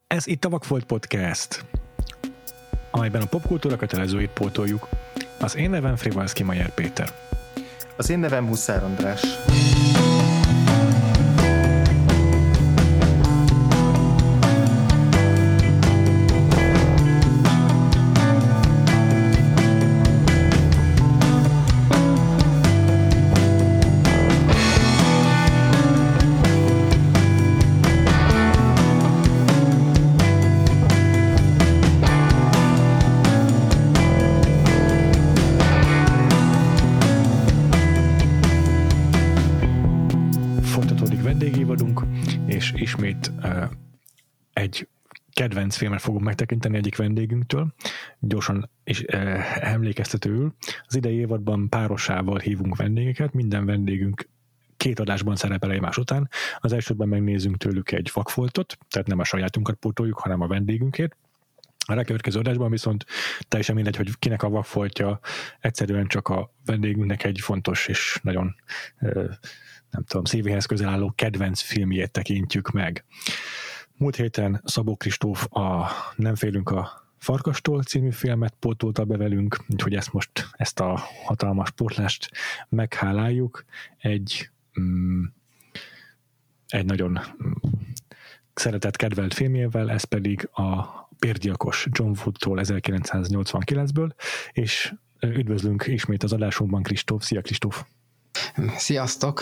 Ez itt a Vakfolt Podcast, amelyben a popkultúra kötelezőit pótoljuk. Az én nevem Frivalszki Mayer Péter. Az én nevem Huszár András. Ismét egy kedvenc filmet fogunk megtekinteni egyik vendégünktől, gyorsan és emlékeztetőül. Az idei évadban párosával hívunk vendégeket, minden vendégünk 2 adásban szerepel egymás után. Az elsőben megnézünk tőlük egy vakfoltot, tehát nem a sajátunkat pótoljuk, hanem a vendégünkét. A rákövetkező adásban viszont teljesen mindegy, hogy kinek a vakfoltja, egyszerűen csak a vendégünknek egy fontos és nagyon nem tudom, szívéhez közel álló kedvenc filmjét tekintjük meg. Múlt héten Szabó Kristóf a Nem félünk a farkastól című filmet pótolta be velünk, úgyhogy ezt a hatalmas pótlást megháláljuk egy nagyon szeretett, kedvelt filmjével, ez pedig a Bérgyilkos John Woo-tól 1989-ből, és üdvözlünk ismét az adásunkban Kristóf. Szia Kristóf! Sziasztok!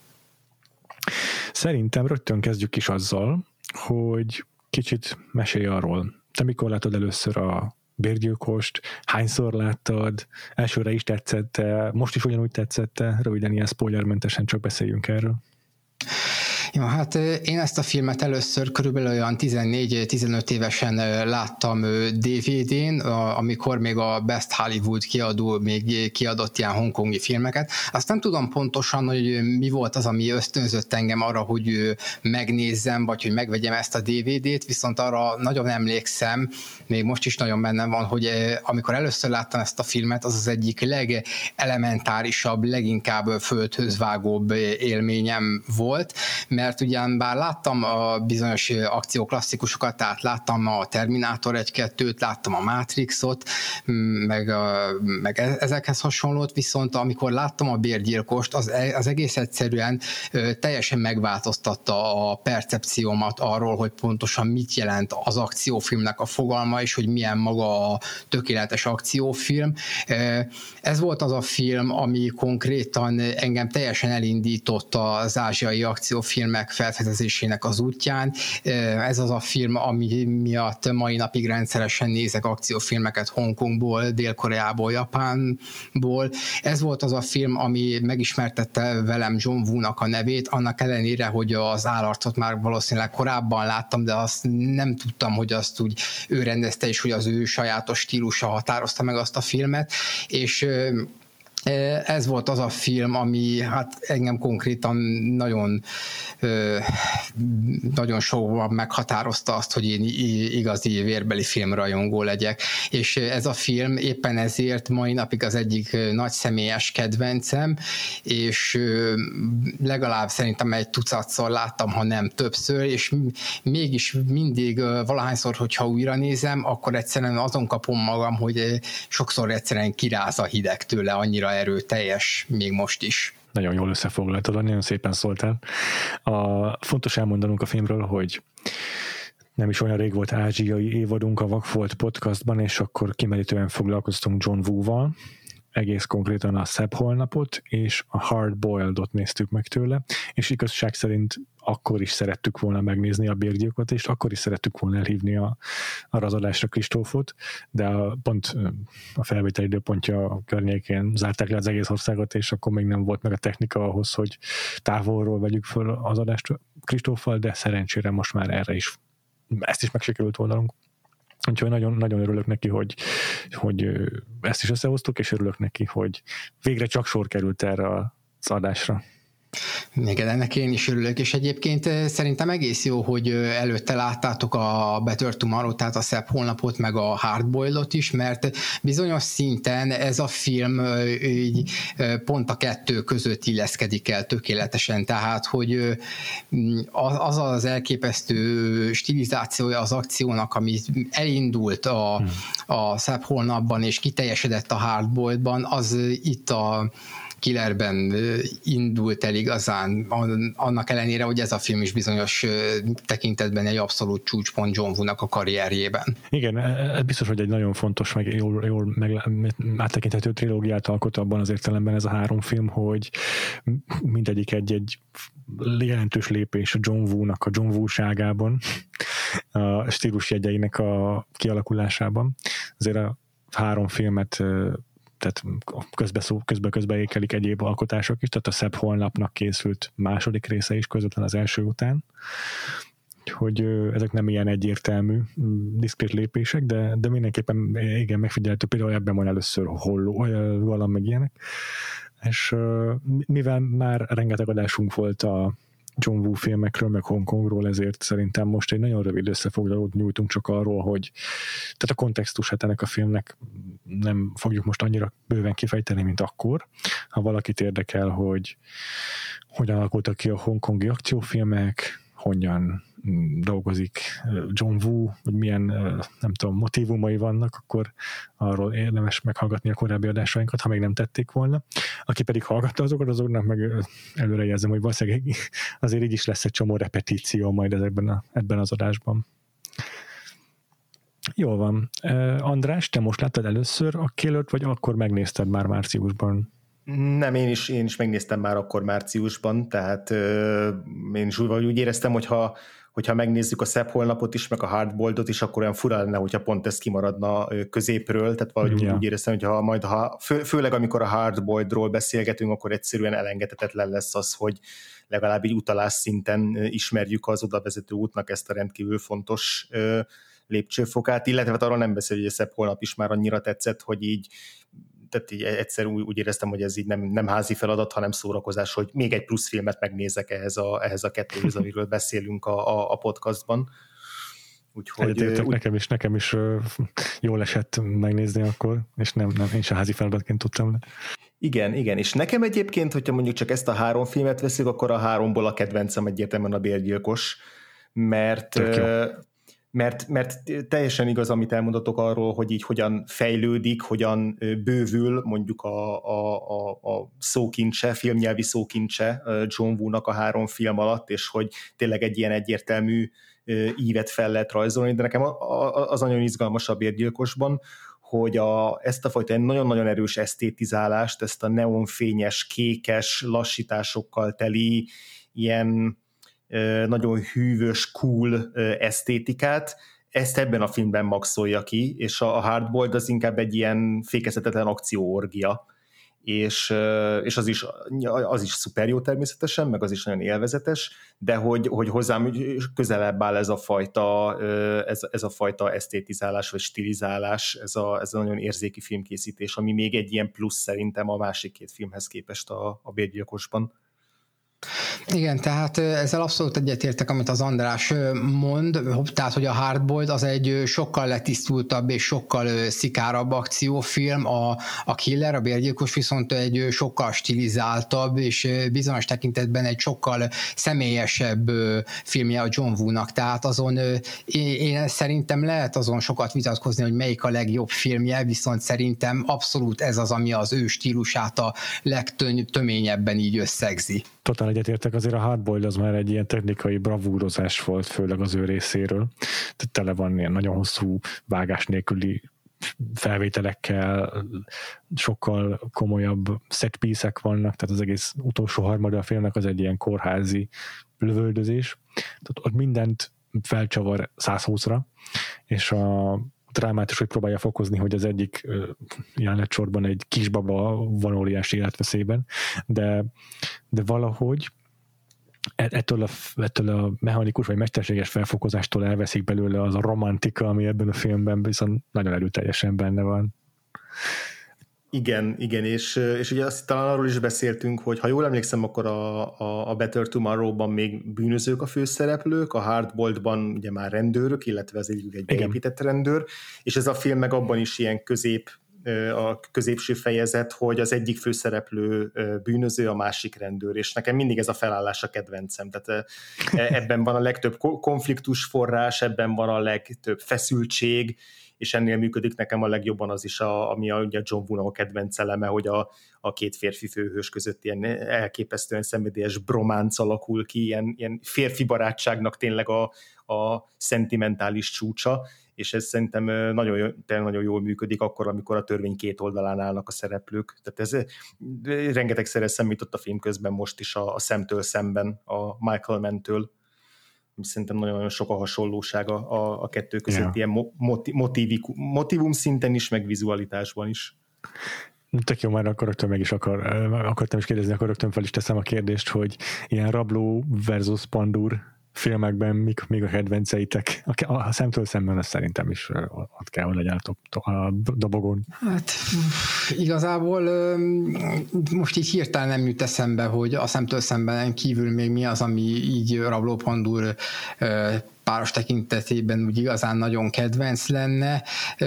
Szerintem rögtön kezdjük is azzal, hogy kicsit mesélj arról. Te mikor látod először a Bérgyilkost? Hányszor láttad? Elsőre is tetszett? Most is ugyanúgy tetszett? Röviden, ilyen spoilermentesen csak beszéljünk erről. Ja, hát én ezt a filmet először körülbelül olyan 14-15 évesen láttam DVD-n, amikor még a Best Hollywood kiadó még kiadott ilyen hongkongi filmeket. Azt nem tudom pontosan, hogy mi volt az, ami ösztönzött engem arra, hogy megnézzem, vagy hogy megvegyem ezt a DVD-t, viszont arra nagyon emlékszem, még most is nagyon bennem van, hogy amikor először láttam ezt a filmet, az az egyik legelementárisabb, leginkább földhöz vágóbb élményem volt, mert ugyan bár láttam a bizonyos akcióklasszikusokat, tehát láttam a Terminátor 1-2-t, láttam a Matrixot, meg ezekhez hasonlót, viszont amikor láttam a Bérgyilkost, az egész egyszerűen teljesen megváltoztatta a percepciómat arról, hogy pontosan mit jelent az akciófilmnek a fogalma, és hogy milyen maga a tökéletes akciófilm. Ez volt az a film, ami konkrétan engem teljesen elindította az ázsiai akciófilmek felfedezésének az útján. Ez az a film, ami miatt mai napig rendszeresen nézek akciófilmeket Hongkongból, Dél-Koreából, Japánból. Ez volt az a film, ami megismertette velem John Woo-nak a nevét, annak ellenére, hogy az Állarcot már valószínűleg korábban láttam, de azt nem tudtam, hogy azt úgy ő rendezte, és hogy az ő sajátos stílusa határozta meg azt a filmet, és ez volt az a film, ami hát engem konkrétan nagyon sokban meghatározta azt, hogy én igazi vérbeli filmrajongó legyek. És ez a film éppen ezért mai napig az egyik nagy személyes kedvencem, és legalább szerintem egy tucatszor láttam, ha nem többször, és mégis mindig valahányszor, hogyha újra nézem, akkor egyszerűen azon kapom magam, hogy sokszor egyszerűen kiráz a hideg tőle, annyira erőteljes még most is. Nagyon jól összefoglaltad, nagyon szépen szóltál. Fontos elmondanunk a filmről, hogy nem is olyan rég volt ázsiai évadunk a Vakfolt Podcastban, és akkor kimerítően foglalkoztunk John Woo-val, egész konkrétan a Szebb holnapot és a Hard Boiled-ot néztük meg tőle, és igazság szerint akkor is szerettük volna megnézni a Bérgyilkot, és akkor is szerettük volna elhívni arra az adásra Kristófot, de pont a felvétel időpontja környékén zárták le az egész országot, és akkor még nem volt meg a technika ahhoz, hogy távolról vegyük föl az adást Kristóffal, de szerencsére most már ezt is megsikerült oldalunk. Úgyhogy nagyon, nagyon örülök neki, hogy ezt is összehoztuk, és örülök neki, hogy végre csak sor került erre az adásra. Igen, ennek én is örülök, és egyébként szerintem egész jó, hogy előtte láttátok a Better Tomorrow, tehát a Szebb Holnapot, meg a Hardboiled-ot is, mert bizonyos szinten ez a film így pont a kettő között illeszkedik el tökéletesen, tehát hogy az az elképesztő stilizációja az akciónak, ami elindult a Szebb Holnapban, és kiteljesedett a Hardboiled-ban, az itt a Killerben indult el igazán, annak ellenére, hogy ez a film is bizonyos tekintetben egy abszolút csúcspont John Woo-nak a karrierjében. Igen, biztos, hogy egy nagyon fontos, meg jól áttekinthető trilógiát alkot abban az értelemben ez a 3 film, hogy mindegyik egy jelentős lépés a John Woo-nak a John Woo-ságában, a stílusjegyeinek a kialakulásában. Azért a 3 filmet tehát közbe ékelik egyéb alkotások is, tehát a Szebb Holnapnak készült második része is közvetlen az első után, hogy ezek nem ilyen egyértelmű, diszkrét lépések, de mindenképpen igen, megfigyelhető, például ebben van először valami meg ilyenek, és mivel már rengeteg adásunk volt a John Woo filmekről, meg Hongkongról, ezért szerintem most egy nagyon rövid összefoglalót nyújtunk csak arról, hogy tehát a kontextusát ennek a filmnek nem fogjuk most annyira bőven kifejteni, mint akkor. Ha valakit érdekel, hogy hogyan alakultak ki a hongkongi akciófilmek, hogyan dolgozik John Woo, hogy milyen, nem tudom, motívumai vannak, akkor arról érdemes meghallgatni a korábbi adásainkat, ha még nem tették volna. Aki pedig hallgatta azokat, azoknak meg előrejelzem, hogy valószínűleg azért így is lesz egy csomó repetíció majd ebben az adásban. Jól van. András, te most láttad először a Killert, vagy akkor megnézted már márciusban? Nem, én is megnéztem már akkor márciusban, tehát én is úgy éreztem, hogyha megnézzük a Szebb Holnapot is, meg a Hardboiled-ot is, akkor olyan fura lenne, hogyha pont ez kimaradna középről, tehát valahogy úgy éreztem, hogy főleg amikor a Hardboiled-ról beszélgetünk, akkor egyszerűen elengedhetetlen lesz az, hogy legalább így utalás szinten ismerjük az odavezető útnak ezt a rendkívül fontos lépcsőfokát, illetve arról nem beszél, hogy a Szebb Holnap is már annyira tetszett, hogy így tehát így egyszer úgy éreztem, hogy ez így nem házi feladat, hanem szórakozás, hogy még egy plusz filmet megnézek ehhez a kettőhöz, amiről beszélünk a podcastban. Úgyhogy nekem is jól esett megnézni akkor, és nem én sem házi feladatként tudtam le. Igen, és nekem egyébként, hogyha mondjuk csak ezt a 3 filmet veszik, akkor a 3-ból a kedvencem egyértelműen a Bérgyilkos, mert teljesen igaz, amit elmondatok arról, hogy így hogyan fejlődik, hogyan bővül mondjuk a szókincse, filmnyelvi szókincse John Woo-nak a 3 film alatt, és hogy tényleg egy ilyen egyértelmű ívet fel lehet rajzolni, de nekem az nagyon izgalmas a Bérgyilkosban, hogy ezt a fajta nagyon-nagyon erős esztétizálást, ezt a neonfényes, kékes, lassításokkal teli, ilyen nagyon hűvös, cool esztétikát, ezt ebben a filmben maxolja ki, és a Hardboiled az inkább egy ilyen fékezhetetlen akcióorgia, és az is szuper jó természetesen, meg az is nagyon élvezetes, de hogy hozzám közelebb áll ez a fajta esztétizálás, vagy stilizálás, ez a nagyon érzéki filmkészítés, ami még egy ilyen plusz szerintem a másik 2 filmhez képest a Bérgyilkosban. Igen, tehát ezzel abszolút egyetértek, amit az András mond, tehát, hogy a Hardboiled az egy sokkal letisztultabb és sokkal szikárabb akciófilm, a Killer, a Bérgyilkos viszont egy sokkal stilizáltabb és bizonyos tekintetben egy sokkal személyesebb filmje a John Woo-nak, tehát azon én szerintem lehet azon sokat vitatkozni, hogy melyik a legjobb filmje, viszont szerintem abszolút ez az, ami az ő stílusát a legtöményebben így összegzi. Totál egyetértek, azért a Hardboiled az már egy ilyen technikai bravúrozás volt, főleg az ő részéről. Tehát tele van ilyen nagyon hosszú vágás nélküli felvételekkel, sokkal komolyabb setpiece-ek vannak, tehát az egész utolsó harmada a filmnek az egy ilyen kórházi lövöldözés. Tehát ott mindent felcsavar 120-ra, és a drámát is, hogy próbálja fokozni, hogy az egyik jelenetsorban egy kisbaba van óriási életveszélyben, de valahogy ettől a mechanikus vagy mesterséges felfokozástól elveszik belőle az a romantika, ami ebben a filmben viszont nagyon erőteljesen benne van. Igen, és ugye azt talán arról is beszéltünk, hogy ha jól emlékszem, akkor a Better Tomorrow-ban még bűnözők a főszereplők, a Hardboiled-ban ugye már rendőrök, illetve az egy beépített rendőr, és ez a film meg abban is ilyen a középső fejezet, hogy az egyik főszereplő bűnöző, a másik rendőr, és nekem mindig ez a felállás a kedvencem, tehát ebben van a legtöbb konfliktus forrás, ebben van a legtöbb feszültség, és ennél működik nekem a legjobban az is, ami ugye John Woo-nak a kedvenc eleme, hogy a két férfi főhős között ilyen elképesztően szenvedélyes brománc alakul ki, ilyen férfi barátságnak tényleg a szentimentális csúcsa, és ez szerintem nagyon jól működik akkor, amikor a törvény két oldalán állnak a szereplők. Tehát ez rengetegszer eszembe jutott a film közben most is a Szemtől szemben, a Michael Mann-től. Szerintem nagyon sok a hasonlóság a kettő között, ilyen motivum szinten is, meg vizualitásban is. Tök jó, már akartam is kérdezni, akkor rögtön fel is teszem a kérdést, hogy ilyen Rabló versus Pandúr filmekben mik a kedvenceitek? A Szemtől szemben, az szerintem is ott kell, hogy legyen a dobogon. Hát igazából most így hirtelen nem jut eszembe, hogy a Szemtől szemben kívül még mi az, ami így Rabló Pandúr páros tekintetében úgy igazán nagyon kedvenc lenne.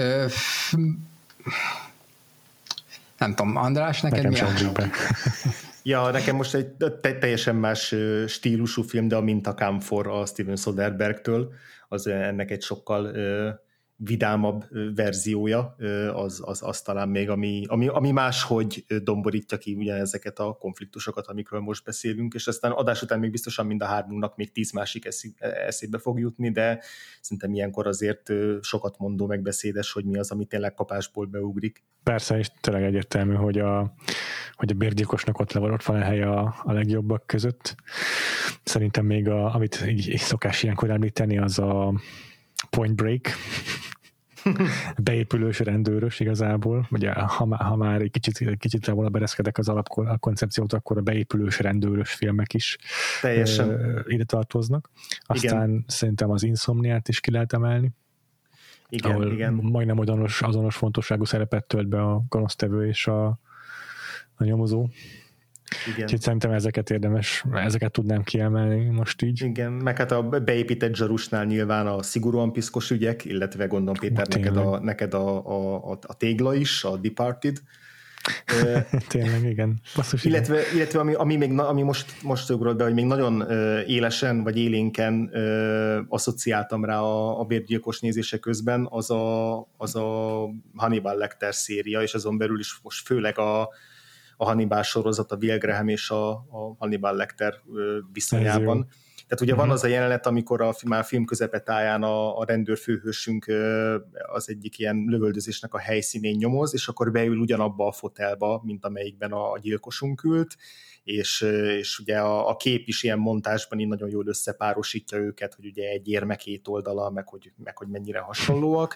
Nem tudom, András, neked mi a... Ja, nekem most egy teljesen más stílusú film, de a Minta Camphor a Steven Soderberghtől, az ennek egy sokkal vidámabb verziója, az talán még, ami máshogy domborítja ki ugyanezeket a konfliktusokat, amikről most beszélünk, és aztán adás után még biztosan mind a hármunknak még 10 másik eszébe fog jutni, de szerintem ilyenkor azért sokat mondó megbeszédes, hogy mi az, ami tényleg kapásból beugrik. Persze, és tényleg egyértelmű, hogy a bérgyilkosnak ott van a helye a legjobbak között. Szerintem még amit így szokás ilyenkor említeni, az a Point Break, beépülős rendőrös igazából, ugye ha már egy kicsit volna bereszkedek az alapkoncepciót, akkor a beépülős rendőrös filmek is teljesen ide tartoznak. Aztán igen. Szerintem az Insomniát is ki lehet emelni. Igen. Majdnem azonos fontosságú szerepet tölt be a gonosztevő és a nyomozó. Igen. Úgyhogy szerintem ezeket tudnám kiemelni most így. Igen, meg hát a beépített zsarusnál nyilván a szigorúan piszkos ügyek, illetve gondolom Péter, neked a tégla is, a Departed. Tényleg, igen. Basszus, illetve ami most ugrott be, hogy még nagyon élesen vagy élénken asszociáltam rá a bérgyilkos nézése közben, az a Hannibal Lecter széria, és azon belül is most főleg a Hannibal sorozat, a Will Graham és a Hannibal Lecter viszonyában. Tehát ugye van az a jelenet, amikor már film közepetáján a rendőrfőhősünk az egyik ilyen lövöldözésnek a helyszínén nyomoz, és akkor beül ugyanabba a fotelba, mint amelyikben a gyilkosunk ült, és ugye a kép is ilyen montásban így nagyon jól összepárosítja őket, hogy ugye egy érme két oldala, meg hogy mennyire hasonlóak,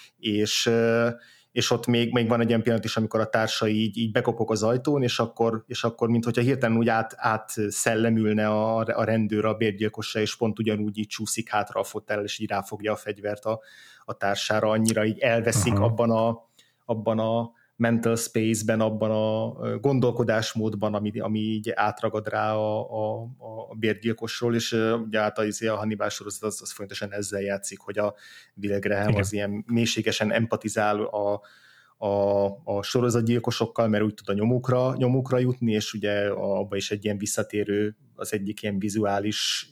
és ott még van egy ilyen pillanat is, amikor a társai így bekopog az ajtón, és akkor minthogyha hirtelen úgy átszellemülne a rendőr a bérgyilkosra, és pont ugyanúgy így csúszik hátra a fotel, és így ráfogja a fegyvert a társára, annyira így elveszik abban a mental space-ben, abban a gondolkodásmódban, ami így átragad rá a bérgyilkosról, és ugye általában a Hannibal sorozat az folyamatosan ezzel játszik, hogy a Will Graham az ilyen mélységesen empatizál a sorozatgyilkosokkal, mert úgy tud a nyomukra jutni, és ugye abban is egy ilyen visszatérő, az egyik ilyen vizuális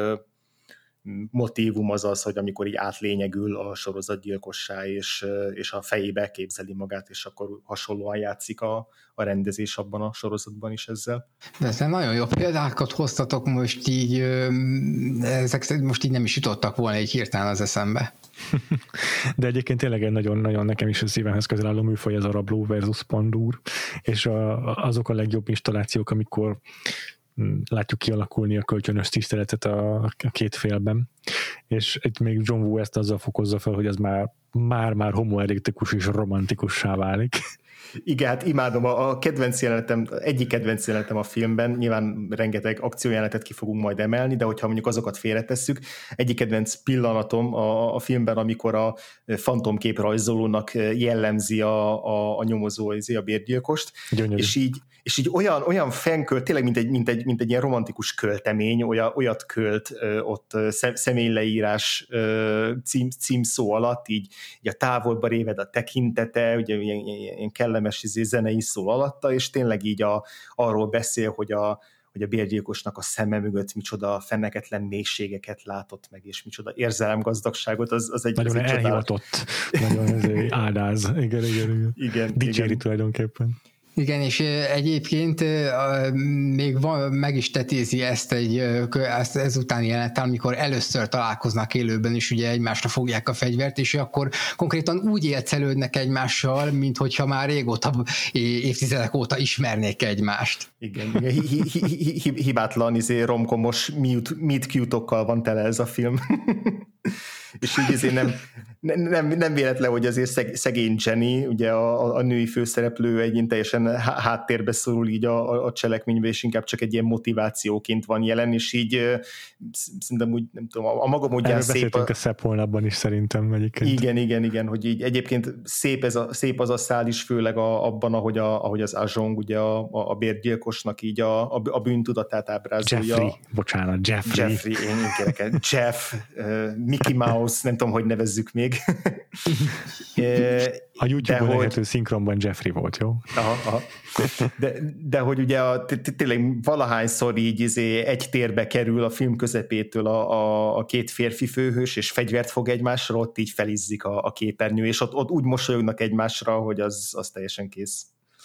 motívum az, hogy amikor így átlényegül a sorozatgyilkossá, és a fejébe képzeli magát, és akkor hasonlóan játszik a rendezés abban a sorozatban is ezzel. De nagyon jó példákat hoztatok most így, ezek most így nem is jutottak volna így hirtelen az eszembe. De egyébként tényleg egy nagyon nekem is a szívemhez közel álló műfaj ez a Rabló versus Pandúr, és azok a legjobb installációk, amikor látjuk kialakulni a kölcsönös tiszteletet a két félben, és itt még John Woo ezt azzal fokozza fel, hogy ez már homoerotikus és romantikussá válik. Igen, hát imádom, a kedvenc jelenetem, egyik kedvenc jelenetem a filmben, nyilván rengeteg akciójelenetet ki fogunk majd emelni, de hogyha mondjuk azokat félretesszük, egyik kedvenc pillanatom a filmben, amikor a fantomkép rajzolónak jellemzi a nyomozó, a bérgyilkost, és így olyan fenkölt, tényleg mint egy ilyen romantikus költemény, olyat költ ott személyleírás címszó alatt, így a távolba réved a tekintete, ugye ilyen kellemes zenei szól alatta, és tényleg így arról beszél, hogy a bérgyilkosnak a szeme mögött micsoda feneketlen mélységeket látott meg, és micsoda érzelemgazdagságot, az egy... Nagyon elhivatott, nagyon áldáz. Igen. Dicséri tulajdonképpen. Igen, és egyébként még meg is tetézi ezt ezután jelenettel, amikor először találkoznak élőben, és ugye egymásra fogják a fegyvert, és akkor konkrétan úgy élcelődnek egymással, mint hogyha már régóta, évtizedek óta ismernék egymást. Igen, hibátlan romkomos meet cute-okkal van tele ez a film. És így azért nem véletlen, hogy azért szegény Jenny, ugye a női főszereplő egy teljesen háttérbe szorul így a cselekménybe, és inkább csak egy ilyen motivációként van jelen, és így szerintem úgy, nem tudom, a maga módján erről szép. Beszéltünk a Szebb holnapban is szerintem egyébként. Igen, hogy így egyébként szép az a szál is, főleg abban, ahogy az Ajong, ugye a bérgyilkosnak így a bűntudatát ábrázolja. Jeffrey, én kérek, Jeff, Mickey Mouse, nem tudom, hogy nevezzük még. A YouTube-on elérhető szinkronban Jeffrey volt, jó? Aha. De hogy ugye tényleg valahányszor így egy térbe kerül a film közepétől a két férfi főhős, és fegyvert fog egymásra, ott így felizzik a képernyő, és ott úgy mosolyognak egymásra, hogy az teljesen kész.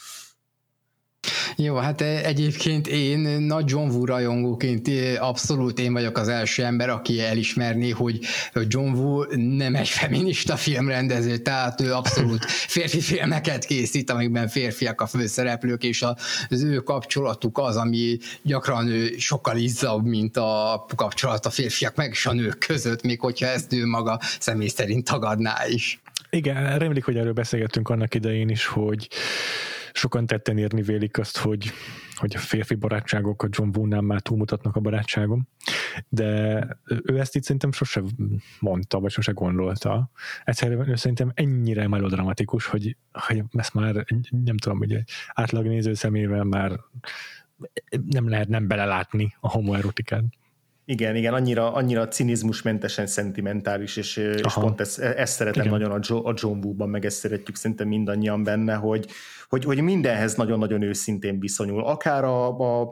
Jó, hát egyébként én nagy John Woo rajongóként abszolút én vagyok az első ember, aki elismerné, hogy John Woo nem egy feminista filmrendező, tehát ő abszolút férfi filmeket készít, amikben férfiak a főszereplők, és az ő kapcsolatuk az, ami gyakran sokkal izzabb, mint a kapcsolat a férfiak meg és a nők között, még hogyha ezt ő maga személy szerint tagadná is. Igen, remélik, hogy erről beszélgettünk annak idején is, hogy sokan tetten érni vélik azt, hogy a férfi barátságok a John Woo-nál már túlmutatnak a barátságom, de ő ezt itt szerintem sose mondta, vagy sose gondolta. Egyszerűen ő szerintem ennyire melodramatikus, hogy ezt már nem tudom, hogy egy átlag néző szemével már nem lehet nem belelátni a homoerotikán. Igen, annyira cinizmusmentesen szentimentális, és pont ezt szeretem igen. Nagyon a John Woo-ban, meg ezt szeretjük szerintem mindannyian benne, hogy mindenhez nagyon-nagyon őszintén viszonyul. Akár a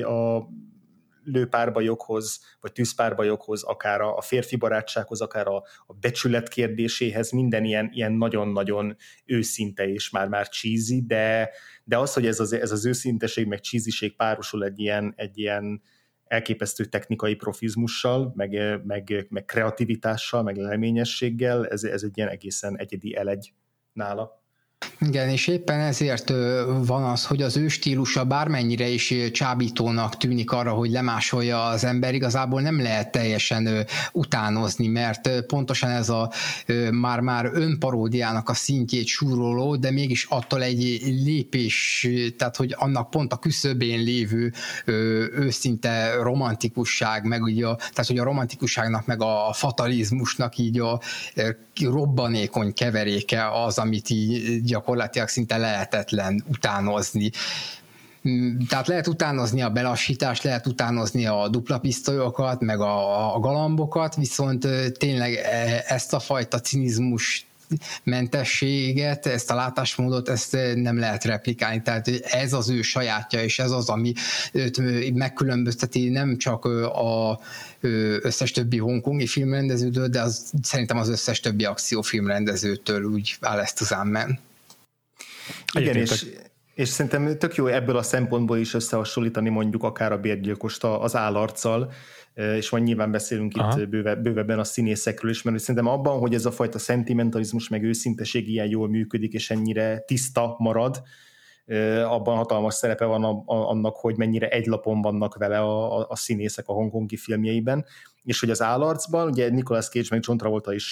lőpárbajokhoz, vagy tűzpárbajokhoz, akár a férfi barátsághoz, akár a becsület kérdéséhez, minden ilyen nagyon-nagyon őszinte és már cheesy, de az, hogy ez az őszinteség meg cheesység párosul egy ilyen elképesztő technikai profizmussal, meg kreativitással, meg leleményességgel, ez egy ilyen egészen egyedi elegy nála. Igen, és éppen ezért van az, hogy az ő stílusa bármennyire is csábítónak tűnik arra, hogy lemásolja az ember, igazából nem lehet teljesen utánozni, mert pontosan ez a már önparódiának a szintjét súroló, de mégis attól egy lépés, tehát hogy annak pont a küszöbén lévő őszinte romantikusság, meg ugye tehát hogy a romantikusságnak meg a fatalizmusnak így a robbanékony keveréke az, amit így gyakorlatilag szinte lehetetlen utánozni. Tehát lehet utánozni a belassítást, lehet utánozni a dupla pisztolyokat, meg a galambokat, viszont tényleg ezt a fajta cinizmus mentességet, ezt a látásmódot, ezt nem lehet replikálni, tehát ez az ő sajátja, és ez az, ami őt megkülönbözteti nem csak a összes többi hongkongi filmrendezőtől, de szerintem az összes többi akciófilmrendezőtől úgy áll ezt az ámmen. Igen, és szerintem tök jó ebből a szempontból is összehasonlítani mondjuk akár a bérgyilkost az Állarccal, és majd nyilván beszélünk itt bővebben a színészekről is, mert szerintem abban, hogy ez a fajta szentimentalizmus meg őszinteség ilyen jól működik, és ennyire tiszta marad, abban hatalmas szerepe van annak, hogy mennyire egy lapon vannak vele a színészek a hongkongi filmjeiben, és hogy az Állarcban, ugye Nicolas Cage meg John Travolta is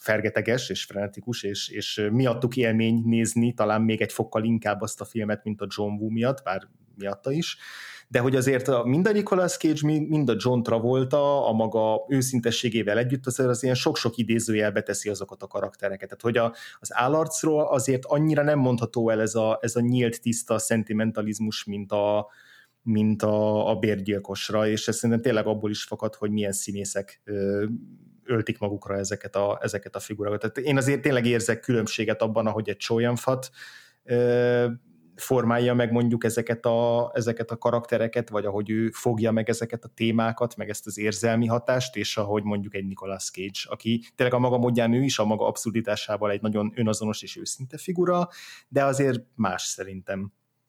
fergeteges és frenetikus, és miattuk élmény nézni, talán még egy fokkal inkább azt a filmet, mint a John Woo miatt, bár miatta is, de hogy azért mind a Nicolas Cage, mind a John Travolta a maga őszintességével együtt azért az ilyen sok-sok idézőjelbe teszi azokat a karaktereket. Tehát, hogy az állarcról azért annyira nem mondható el ez a nyílt, tiszta szentimentalizmus, mint a bérgyilkosra, és ez szerintem tényleg abból is fakad, hogy milyen színészek öltik magukra ezeket a figurákat. Tehát én azért tényleg érzek különbséget abban, ahogy egy Chow Yun-fat formálja meg mondjuk ezeket a karaktereket, vagy ahogy ő fogja meg ezeket a témákat, meg ezt az érzelmi hatást, és ahogy mondjuk egy Nicolas Cage, aki tényleg a maga módján ő is a maga abszurditásával egy nagyon önazonos és őszinte figura, de azért más szerintem.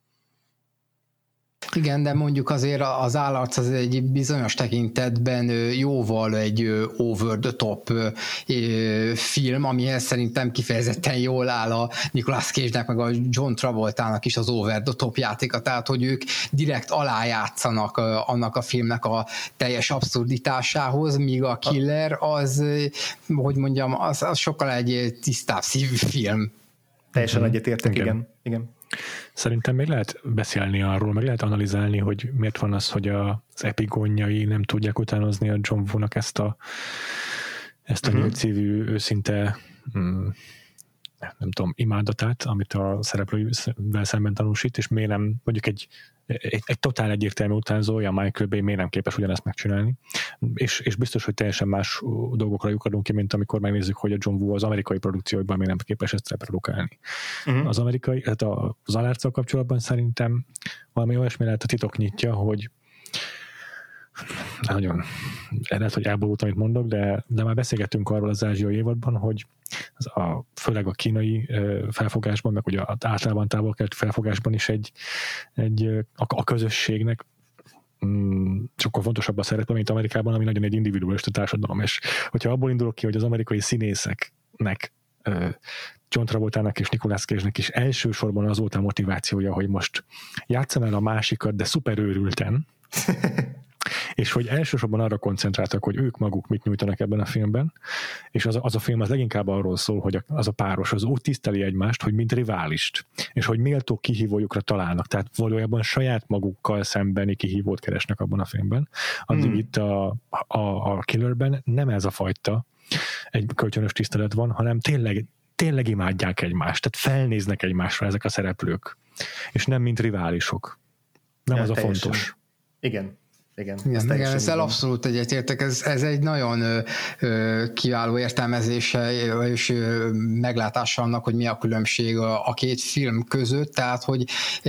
Igen, de mondjuk azért az állarc az egy bizonyos tekintetben jóval egy over the top film, amihez szerintem kifejezetten jól áll a Nicolas Cage-nek, meg a John Travoltának is az over the top játéka, tehát hogy ők direkt alájátszanak annak a filmnek a teljes abszurditásához, míg a Killer az, hogy mondjam, az sokkal egy tisztább szívű film. Teljesen egyetértek, igen. Szerintem még lehet beszélni arról, meg lehet analizálni, hogy miért van az, hogy az epigonjai nem tudják utánozni a John Woo-nak ezt a nyílt szívű, őszinte nem tudom, imádatát, amit a szereplőivel szemben tanúsít, és miért nem, mondjuk egy totál egyértelmű utánzója, Michael Bay miért nem képes ugyanezt megcsinálni, és biztos, hogy teljesen más dolgokra lyukadunk ki, mint amikor megnézzük, hogy a John Woo az amerikai produkcióiban miért nem képes ezt reprodukálni. Az amerikai, hát az alárccal kapcsolatban szerintem valami olyasmi lehet a titok nyitja, hogy nagyon lehet, hogy elborult, amit mondok, de már beszélgettünk arról az ázsiai évadban, hogy főleg a kínai felfogásban, meg ugye általában távol-keleti felfogásban is a közösségnek sokkal fontosabb a szerepe, mint Amerikában, ami nagyon egy individualista társadalom, és hogyha abból indulok ki, hogy az amerikai színészeknek, John Travoltának és Nicolas Cage-nek is elsősorban az volt a motivációja, hogy most játsszam el a másikat, de szuper őrülten, és hogy elsősorban arra koncentráltak, hogy ők maguk mit nyújtanak ebben a filmben, és az a film az leginkább arról szól, hogy az a páros az úgy tiszteli egymást, hogy mint riválist, és hogy méltó kihívójukra találnak, tehát valójában saját magukkal szembeni kihívót keresnek abban a filmben. Addig itt a Killerben nem ez a fajta egy kölcsönös tisztelet van, hanem tényleg imádják egymást, tehát felnéznek egymásra ezek a szereplők, és nem mint riválisok. Nem az a fontos. Igen, ezzel abszolút egyetértek, ez egy nagyon kiváló értelmezése és meglátása annak, hogy mi a különbség a két film között, tehát hogy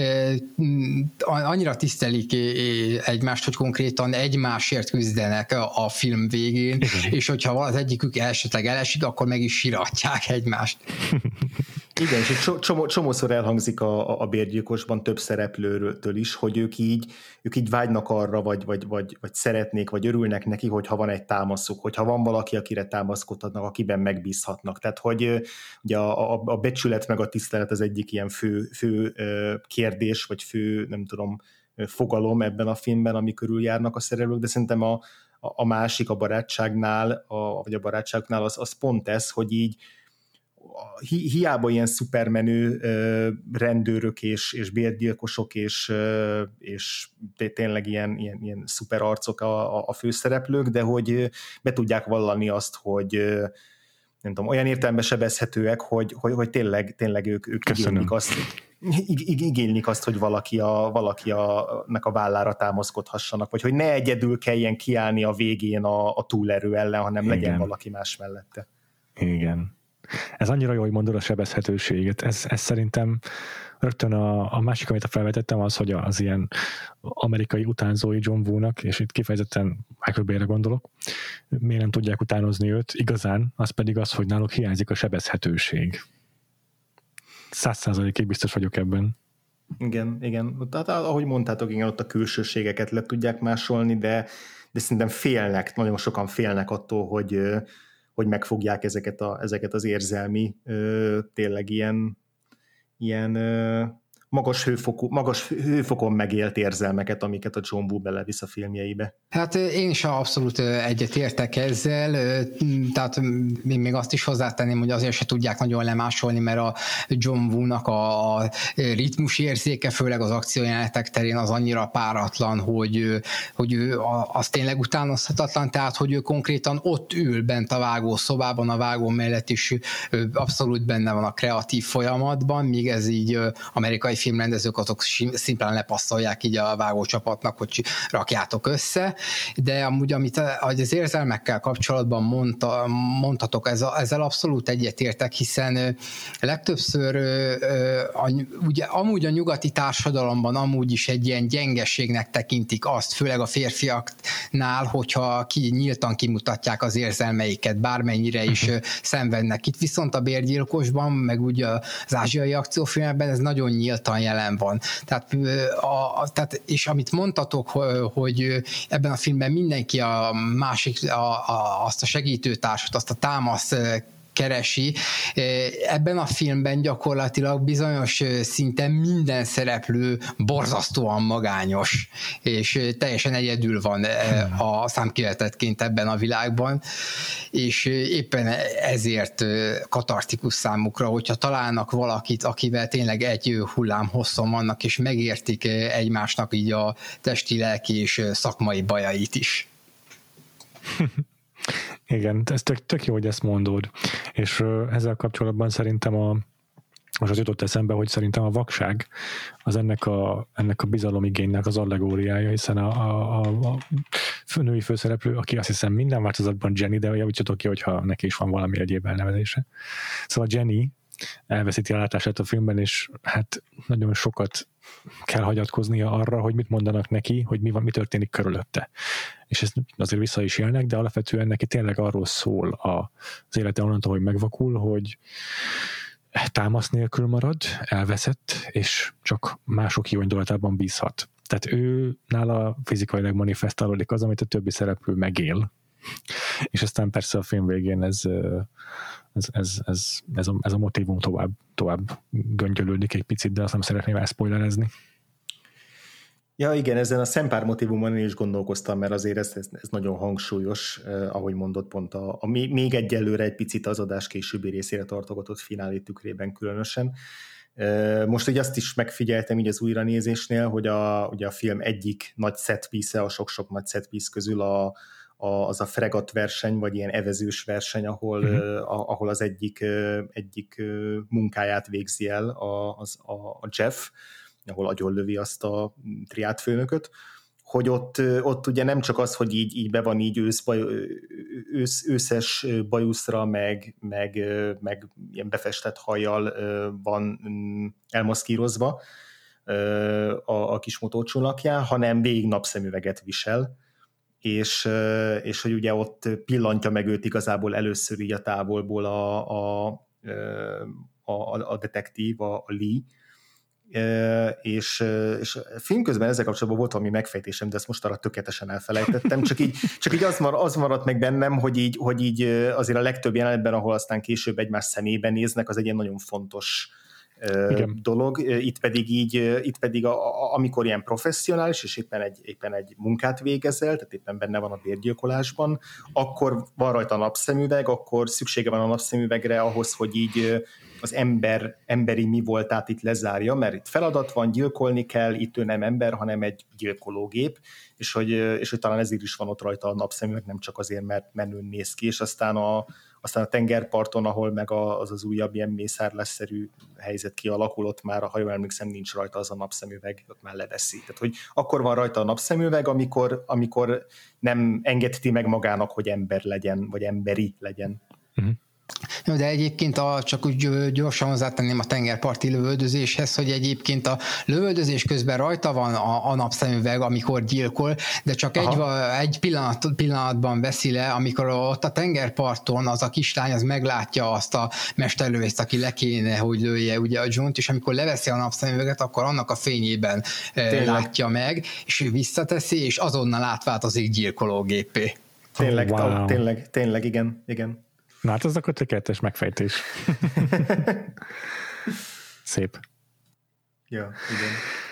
annyira tisztelik egymást, hogy konkrétan egymásért küzdenek a film végén, és hogyha az egyikük esetleg elesik, akkor meg is siratják egymást. Igen, és csomószor elhangzik a bérgyilkosban több szereplőtől is, hogy ők így vágynak arra, vagy szeretnék, vagy örülnek neki, hogyha van egy támaszuk, hogyha van valaki, akire támaszkodhatnak, akiben megbízhatnak. Tehát, hogy ugye a becsület meg a tisztelet az egyik ilyen fő kérdés, vagy fő, nem tudom, fogalom ebben a filmben, ami körül járnak a szereplők, de szerintem a másik, a barátságnál, vagy a barátságnál az pont ez, hogy így hiába ilyen szupermenő rendőrök és bérgyilkosok és tényleg ilyen szuper arcok a főszereplők, de hogy be tudják vallani azt, hogy nem tudom, olyan értelemben sebezhetőek, hogy tényleg ők igénylik azt, hogy valakinek a vállára támaszkodhassanak, vagy hogy ne egyedül kelljen kiállni a végén a túlerő ellen, hanem legyen valaki más mellette. Igen. Ez annyira jó, hogy mondod a sebezhetőséget. Ez szerintem rögtön a másik, amit felvetettem, az, hogy az ilyen amerikai utánzói John Woo-nak, és itt kifejezetten Michael Bay-re gondolok, miért nem tudják utánozni őt igazán, az pedig az, hogy náluk hiányzik a sebezhetőség. 100%-ig biztos vagyok ebben. Igen. Tehát ahogy mondtátok, igen, ott a külsőségeket le tudják másolni, de szerintem félnek, nagyon sokan félnek attól, hogy megfogják ezeket az érzelmi, tényleg ilyen magas hőfokon megélt érzelmeket, amiket a John Woo belevisz a filmjeibe. Hát én is abszolút egyetértek ezzel, tehát én még azt is hozzátenném, hogy azért se tudják nagyon lemásolni, mert a John Woo-nak a ritmus érzéke, főleg az akciójelenetek terén az annyira páratlan, hogy ő az tényleg utánozhatatlan, tehát hogy ő konkrétan ott ül bent a vágószobában, a vágó mellett is abszolút benne van a kreatív folyamatban, míg ez így amerikai filmrendezők azok szimplán lepasszolják így a vágócsapatnak, hogy rakjátok össze, de amúgy amit az érzelmekkel kapcsolatban mondhatok, ezzel abszolút egyetértek, hiszen legtöbbször ugye, amúgy a nyugati társadalomban amúgy is egy ilyen gyengeségnek tekintik azt, főleg a férfiaknál, hogyha nyíltan kimutatják az érzelmeiket, bármennyire is szenvednek. Itt viszont a Bérgyilkosban, meg ugye az ázsiai akciófilmekben ez nagyon nyíltan jelen van. Tehát, és amit mondtatok, hogy ebben a filmben mindenki a másik, azt a segítőtársat, azt a támasz keresi. Ebben a filmben gyakorlatilag bizonyos szinten minden szereplő borzasztóan magányos, és teljesen egyedül van a számkivetettként ebben a világban, és éppen ezért katartikus számukra, hogyha találnak valakit, akivel tényleg egy hullám hosszon vannak, és megértik egymásnak így a testi, lelki és szakmai bajait is. Igen, ez tök jó, hogy ezt mondod. És ezzel kapcsolatban szerintem most az jutott eszembe, hogy szerintem a vakság az ennek a bizalomigénynek az allegóriája, hiszen a női főszereplő, aki azt hiszem minden változatban Jenny, de javítsatok ki, hogyha neki is van valami egyéb elnevezése. Szóval Jenny elveszíti a látását a filmben, és hát nagyon sokat kell hagyatkoznia arra, hogy mit mondanak neki, hogy mi történik körülötte. És ezt azért vissza is élnek, de alapvetően neki tényleg arról szól az élete onnantól, hogy megvakul, hogy támasz nélkül marad, elveszett, és csak mások jó indulatában bízhat. Tehát ő nála fizikailag manifestálódik az, amit a többi szereplő megél. És aztán persze a film végén ez a motívum tovább göngyölődik egy picit, de azt nem szeretném elszpoilerezni. Ja, igen, ezen a szempár motívumon én is gondolkoztam, mert azért ez nagyon hangsúlyos, ahogy mondott, pont még egyelőre egy picit az adás későbbi részére tartogatott finálé tükrében különösen. Most ugye azt is megfigyeltem így az újranézésnél, hogy ugye a film egyik nagy set piece, a sok-sok nagy set piece közül az a fregat verseny, vagy ilyen evezős verseny, ahol az egyik munkáját végzi el a Jeff, ahol agyonlövi azt a triádfőnököt, hogy ott ugye nem csak az, hogy így be van így őszes bajuszra, meg ilyen befestett hajjal van elmaszkírozva a kis motorcsónakján, hanem végig napszemüveget visel, és hogy ugye ott pillantja meg őt igazából először így a távolból a detektív, a Lee, és film közben ezzel kapcsolatban volt valami megfejtésem, de ezt most arra tökéletesen elfelejtettem, csak így az maradt meg bennem, hogy így azért a legtöbb jelenetben, ahol aztán később egymás szemébe néznek, az egy ilyen nagyon fontos dolog. Itt pedig amikor ilyen professzionális, és éppen egy munkát végezel, tehát éppen benne van a bérgyilkolásban, akkor van rajta a napszemüveg, akkor szüksége van a napszemüvegre ahhoz, hogy így az emberi mi voltát itt lezárja, mert itt feladat van, gyilkolni kell, itt ő nem ember, hanem egy gyilkológép, és hogy talán ezért is van ott rajta a napszemüveg, nem csak azért, mert menőn néz ki, és aztán a tengerparton, ahol meg az újabb ilyen mészárlásszerű helyzet kialakul, ott már, ha jól emlékszem, nincs rajta az a napszemüveg, ott már leveszi. Tehát, hogy akkor van rajta a napszemüveg, amikor nem engedti meg magának, hogy ember legyen, vagy emberi legyen. Uh-huh. Jó, de egyébként csak úgy gyorsan hozzátenném a tengerparti lövöldözéshez, hogy egyébként a lövöldözés közben rajta van a napszemüveg, amikor gyilkol, de csak egy pillanatban veszi le, amikor ott a tengerparton az a kislány az meglátja azt a mesterlövészt, aki le kéne, hogy lője ugye a John-t, és amikor leveszi a napszemüveget, akkor annak a fényében látja meg, és visszateszi, és azonnal átvált gyilkológépé. Tényleg, wow. tényleg, igen. Na hát az akkor tökéletes megfejtés. Szép. Ja, igen.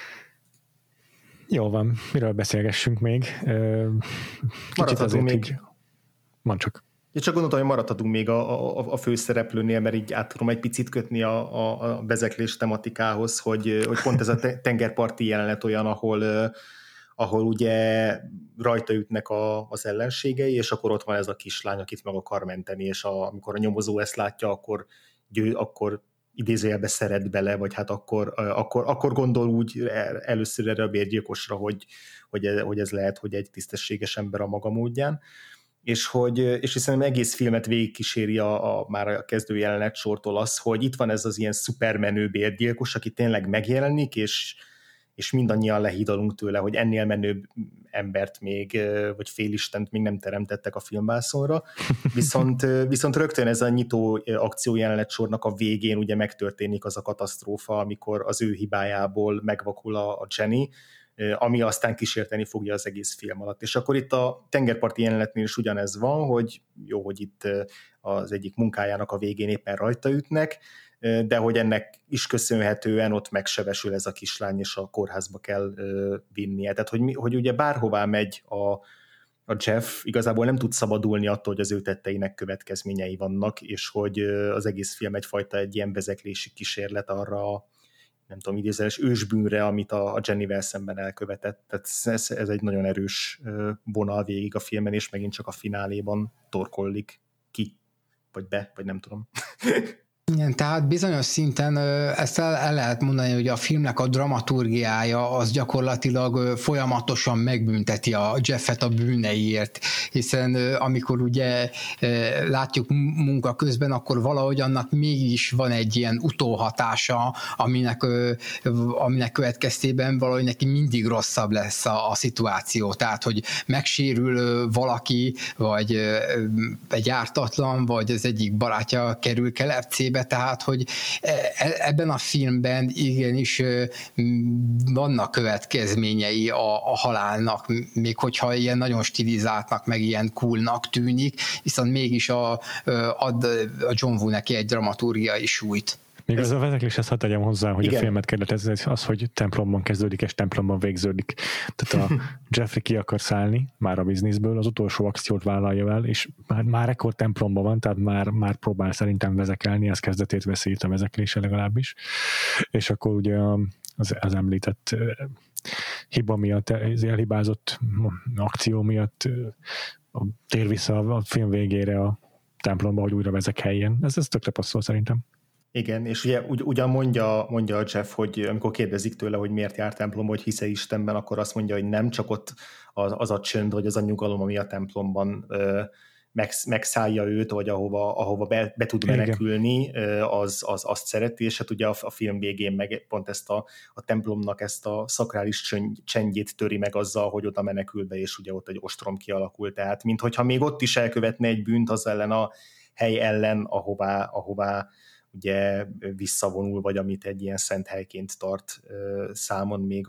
Jó van, miről beszélgessünk még? Kicsit azért még... így... Mondd csak. Én csak gondoltam, hogy maradhatunk még a főszereplőnél, mert így át tudom egy picit kötni a vezeklés tematikához, hogy pont ez a tengerparti jelenet olyan, ahol ugye rajta ütnek az ellenségei, és akkor ott van ez a kislány, akit meg akar menteni, és amikor a nyomozó ezt látja, akkor idézőjelbe szeret bele, vagy hát akkor gondol úgy először erre a bérgyilkosra, hogy ez lehet, hogy egy tisztességes ember a maga módján, és hiszen egész filmet végigkíséri már a kezdő jelenet sortól az, hogy itt van ez az ilyen szupermenő bérgyilkos, aki tényleg megjelenik, és mindannyian lehídalunk tőle, hogy ennél menőbb embert még, vagy félistent még nem teremtettek a filmvászonra. Viszont rögtön ez a nyitó akciójelenet sornak a végén ugye megtörténik az a katasztrófa, amikor az ő hibájából megvakul a Jenny, ami aztán kísérteni fogja az egész film alatt. És akkor itt a tengerparti jelenetnél is ugyanez van, hogy jó, hogy itt az egyik munkájának a végén éppen rajta ütnek, de hogy ennek is köszönhetően ott megsebesül ez a kislány, és a kórházba kell vinnie. Tehát, hogy ugye bárhová megy a Jeff, igazából nem tud szabadulni attól, hogy az ő tetteinek következményei vannak, és hogy az egész film egyfajta egy ilyen vezeklési kísérlet arra, nem tudom, idézőjeles ősbűnre, amit a Jennyvel szemben elkövetett. Tehát ez egy nagyon erős vonal végig a filmen, és megint csak a fináléban torkollik ki, vagy be, vagy nem tudom. Igen, tehát bizonyos szinten ezt el lehet mondani, hogy a filmnek a dramaturgiája az gyakorlatilag folyamatosan megbünteti a Jeffet a bűneiért, hiszen amikor ugye látjuk munka közben, akkor valahogy annak mégis van egy ilyen utóhatása, aminek következtében valahogy neki mindig rosszabb lesz a szituáció. Tehát, hogy megsérül valaki, vagy egy ártatlan, vagy az egyik barátja kerül kelepcébe, tehát, hogy ebben a filmben igenis vannak következményei a halálnak, még hogyha ilyen nagyon stilizáltnak, meg ilyen coolnak tűnik, viszont mégis ad a John Woo neki egy dramaturgiai súlyt. Még az a vezekléshez hadd tegyem hozzá, hogy igen. A filmet kérdez, az, hogy templomban kezdődik és templomban végződik. Tehát a Jeffrey ki akar szállni már a bizniszből, az utolsó akciót vállalja el, és már ekkor templomban van, tehát már próbál szerintem vezekelni, ez kezdetét veszi itt a vezeklése legalábbis. És akkor ugye az említett hiba miatt, az elhibázott akció miatt tér vissza a film végére a templomba, hogy újra vezekeljen. Ez tökre passzol szerintem. Igen, és ugye ugyan mondja a Jeff, hogy amikor kérdezik tőle, hogy miért jár templomba, hogy hisz-e Istenben, akkor azt mondja, hogy nem, csak ott az a csönd, vagy az a nyugalom, ami a templomban megszállja őt, vagy ahova be tud menekülni, azt szereti, és hát ugye a film végén meg pont ezt a templomnak ezt a szakrális csendjét töri meg azzal, hogy oda menekül be, és ugye ott egy ostrom kialakul, tehát minthogyha még ott is elkövetne egy bűnt az ellen a hely ellen, ahová ugye visszavonul, vagy amit egy ilyen szent helyként tart számon még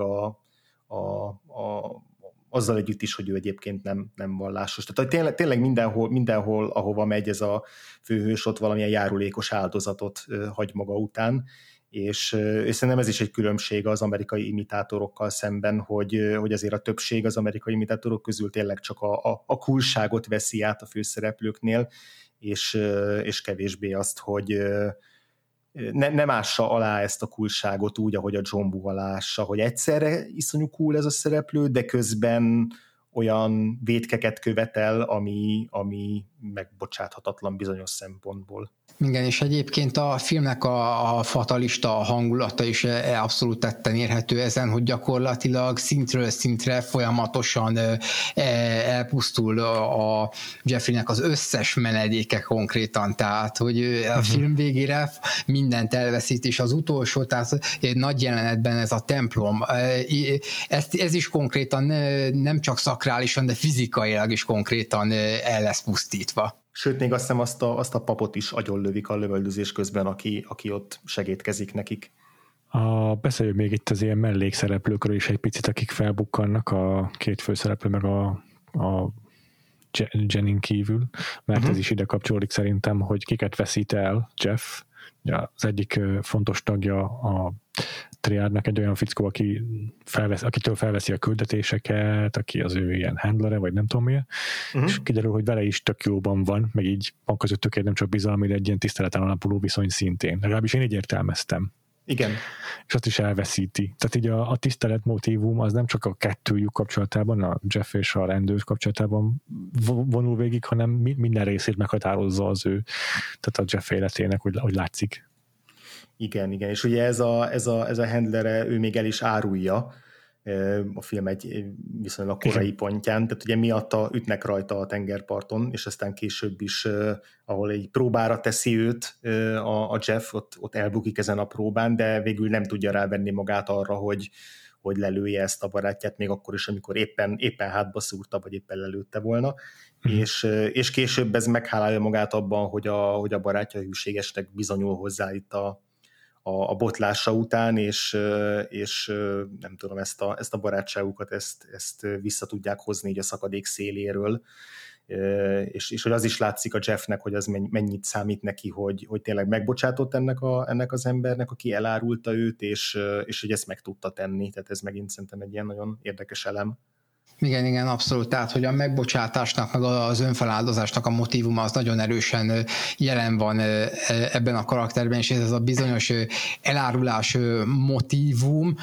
azzal együtt is, hogy ő egyébként nem vallásos. Tehát tényleg mindenhol, ahova megy ez a főhős, ott valamilyen járulékos áldozatot hagy maga után, és szerintem ez is egy különbség az amerikai imitátorokkal szemben, hogy azért a többség az amerikai imitátorok közül tényleg csak a coolságot veszi át a főszereplőknél, és kevésbé azt, hogy nem ássa alá ezt a coolságot úgy, ahogy a John Woo aláássa, hogy egyszerre iszonyú cool ez a szereplő, de közben olyan vétkeket követel, ami megbocsáthatatlan bizonyos szempontból. Igen, és egyébként a filmnek a fatalista hangulata is abszolút tetten érhető ezen, hogy gyakorlatilag szintről szintre folyamatosan elpusztul a Jeffreynek az összes menedéke konkrétan, tehát hogy a film végére mindent elveszít, és az utolsó, tehát egy nagy jelenetben ez a templom, ez is konkrétan nem csak szakrálisan, de fizikailag is konkrétan el lesz pusztítva. Sőt, még azt hiszem azt a papot is agyonlövik a lövöldözés közben, aki ott segítkezik nekik. Beszéljük még itt az ilyen mellékszereplőkről is egy picit, akik felbukkannak, a két főszereplő, meg a Jenny kívül, mert ez is ide kapcsolódik szerintem, hogy kiket veszít el Jeff. Az egyik fontos tagja a triádnak egy olyan fickó, akitől felveszi a küldetéseket, aki az ő ilyen handlere, vagy nem tudom milyen, és kiderül, hogy vele is tök jóban van, meg így van közöttük egy nem csak bizalmi, de egy ilyen tiszteleten alapuló viszony szintén. Legalábbis én így értelmeztem. Igen. És azt is elveszíti. Tehát így a tisztelet motívum az nem csak a kettőjük kapcsolatában, a Jeff és a rendőr kapcsolatában vonul végig, hanem minden részét meghatározza az ő, tehát a Jeff életének, hogy látszik. Igen, és ugye ez a handlere, ő még el is árulja a film egy viszonylag korai pontján, tehát ugye miatta ütnek rajta a tengerparton, és aztán később is, ahol egy próbára teszi őt a Jeff, ott elbukik ezen a próbán, de végül nem tudja rávenni magát arra, hogy lelője ezt a barátját, még akkor is, amikor éppen hátba szúrta, vagy éppen lelőtte volna, és később ez meghálálja magát abban, hogy a barátja hűségesnek bizonyul hozzá itt a botlása után, és nem tudom, ezt a barátságukat, ezt vissza tudják hozni így a szakadék széléről, és hogy az is látszik a Jeffnek, hogy az mennyit számít neki, hogy tényleg megbocsátott ennek az embernek, aki elárulta őt, és hogy ezt meg tudta tenni, tehát ez megint szerintem egy ilyen nagyon érdekes elem. Igen, abszolút. Tehát, hogy a megbocsátásnak, meg az önfeláldozásnak a motívuma az nagyon erősen jelen van ebben a karakterben, és ez a bizonyos elárulás motívum,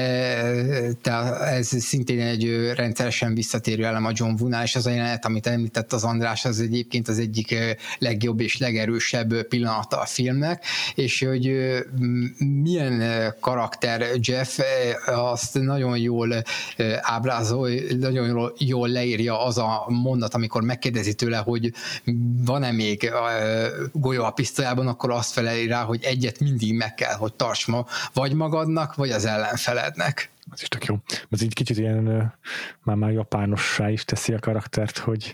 tehát ez szintén egy rendszeresen visszatérő elem a John Woo-nál, és az a jelenet, amit említett az András, az egyébként az egyik legjobb és legerősebb pillanata a filmnek, és hogy milyen karakter Jeff, azt nagyon jól ábrázol, nagyon jól leírja az a mondat, amikor megkérdezi tőle, hogy van-e még golyó a pisztolyában, akkor azt feleli rá, hogy egyet mindig meg kell, hogy tarts ma, vagy magadnak, vagy az ellenfelednek. Ez is tök jó. Ez így kicsit ilyen már japánossá is teszi a karaktert, hogy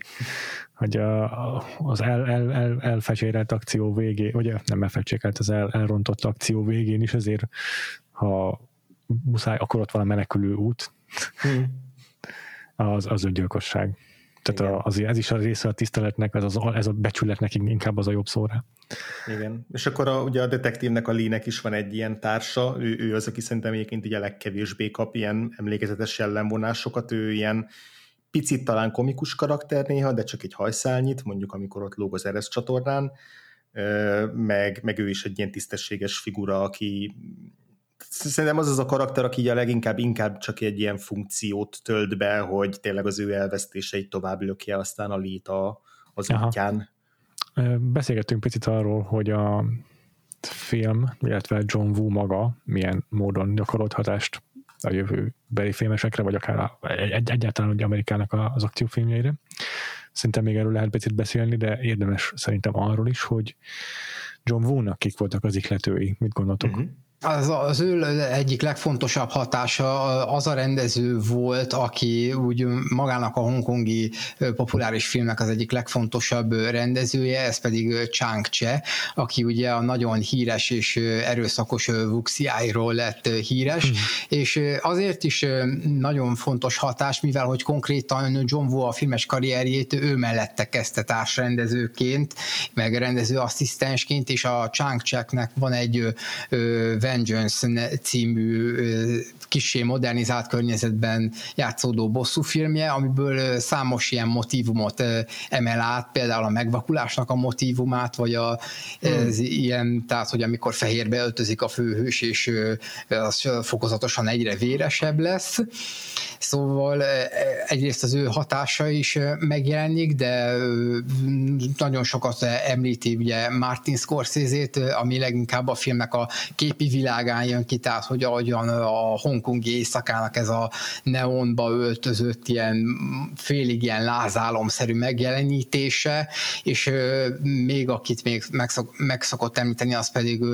az elfecsérelt akció végén, vagy nem elfecsérelt, az elrontott akció végén is azért, ha muszáj, akkor ott van a menekülő út, az öngyilkosság. Tehát ez is a része a tiszteletnek, ez a becsületnek inkább az a jobb szó rá. Igen. És akkor ugye a detektívnek, a Lee-nek is van egy ilyen társa, ő az, aki szerintem egyébként így a legkevésbé kap ilyen emlékezetes jellemvonásokat, ő ilyen picit talán komikus karakter néha, de csak egy hajszálnyit, mondjuk amikor ott lóg az Eresz csatornán, meg ő is egy ilyen tisztességes figura, aki szerintem az a karakter, aki a leginkább csak egy ilyen funkciót tölt be, hogy tényleg az ő elvesztéseit tovább lökje aztán a Lee-t az útján. Beszélgettünk picit arról, hogy a film, illetve John Woo maga milyen módon gyakorolt hatást a jövőbeli filmesekre, vagy akár egyáltalán ugye Amerikának az akciófilmjeire. Szerintem még erről lehet picit beszélni, de érdemes szerintem arról is, hogy John Woo-nak kik voltak az ihletői. Mit gondoltok? Az ő egyik legfontosabb hatása az a rendező volt, aki úgy magának a hongkongi populáris filmnek az egyik legfontosabb rendezője, ez pedig Chang Che, aki ugye a nagyon híres és erőszakos Wuxi-ról lett híres, és azért is nagyon fontos hatás, mivel hogy konkrétan John Woo a filmes karrierjét ő mellette kezdte társrendezőként, meg rendezőasszisztensként, és a Chang Che-nek van egy Vengeance című kissé modernizált környezetben játszódó bosszúfilmje, amiből számos ilyen motívumot emel át, például a megvakulásnak a motívumát, vagy ez ilyen, tehát, hogy amikor fehérbe öltözik a főhős, és az fokozatosan egyre véresebb lesz. Szóval egyrészt az ő hatása is megjelenik, de nagyon sokat említi ugye Martin Scorsese-t, ami leginkább a filmnek a képi világán jön ki, tehát hogy ahogyan a hongkongi éjszakának ez a neonba öltözött ilyen félig ilyen lázálomszerű megjelenítése, és még akit még megszokott említeni, az pedig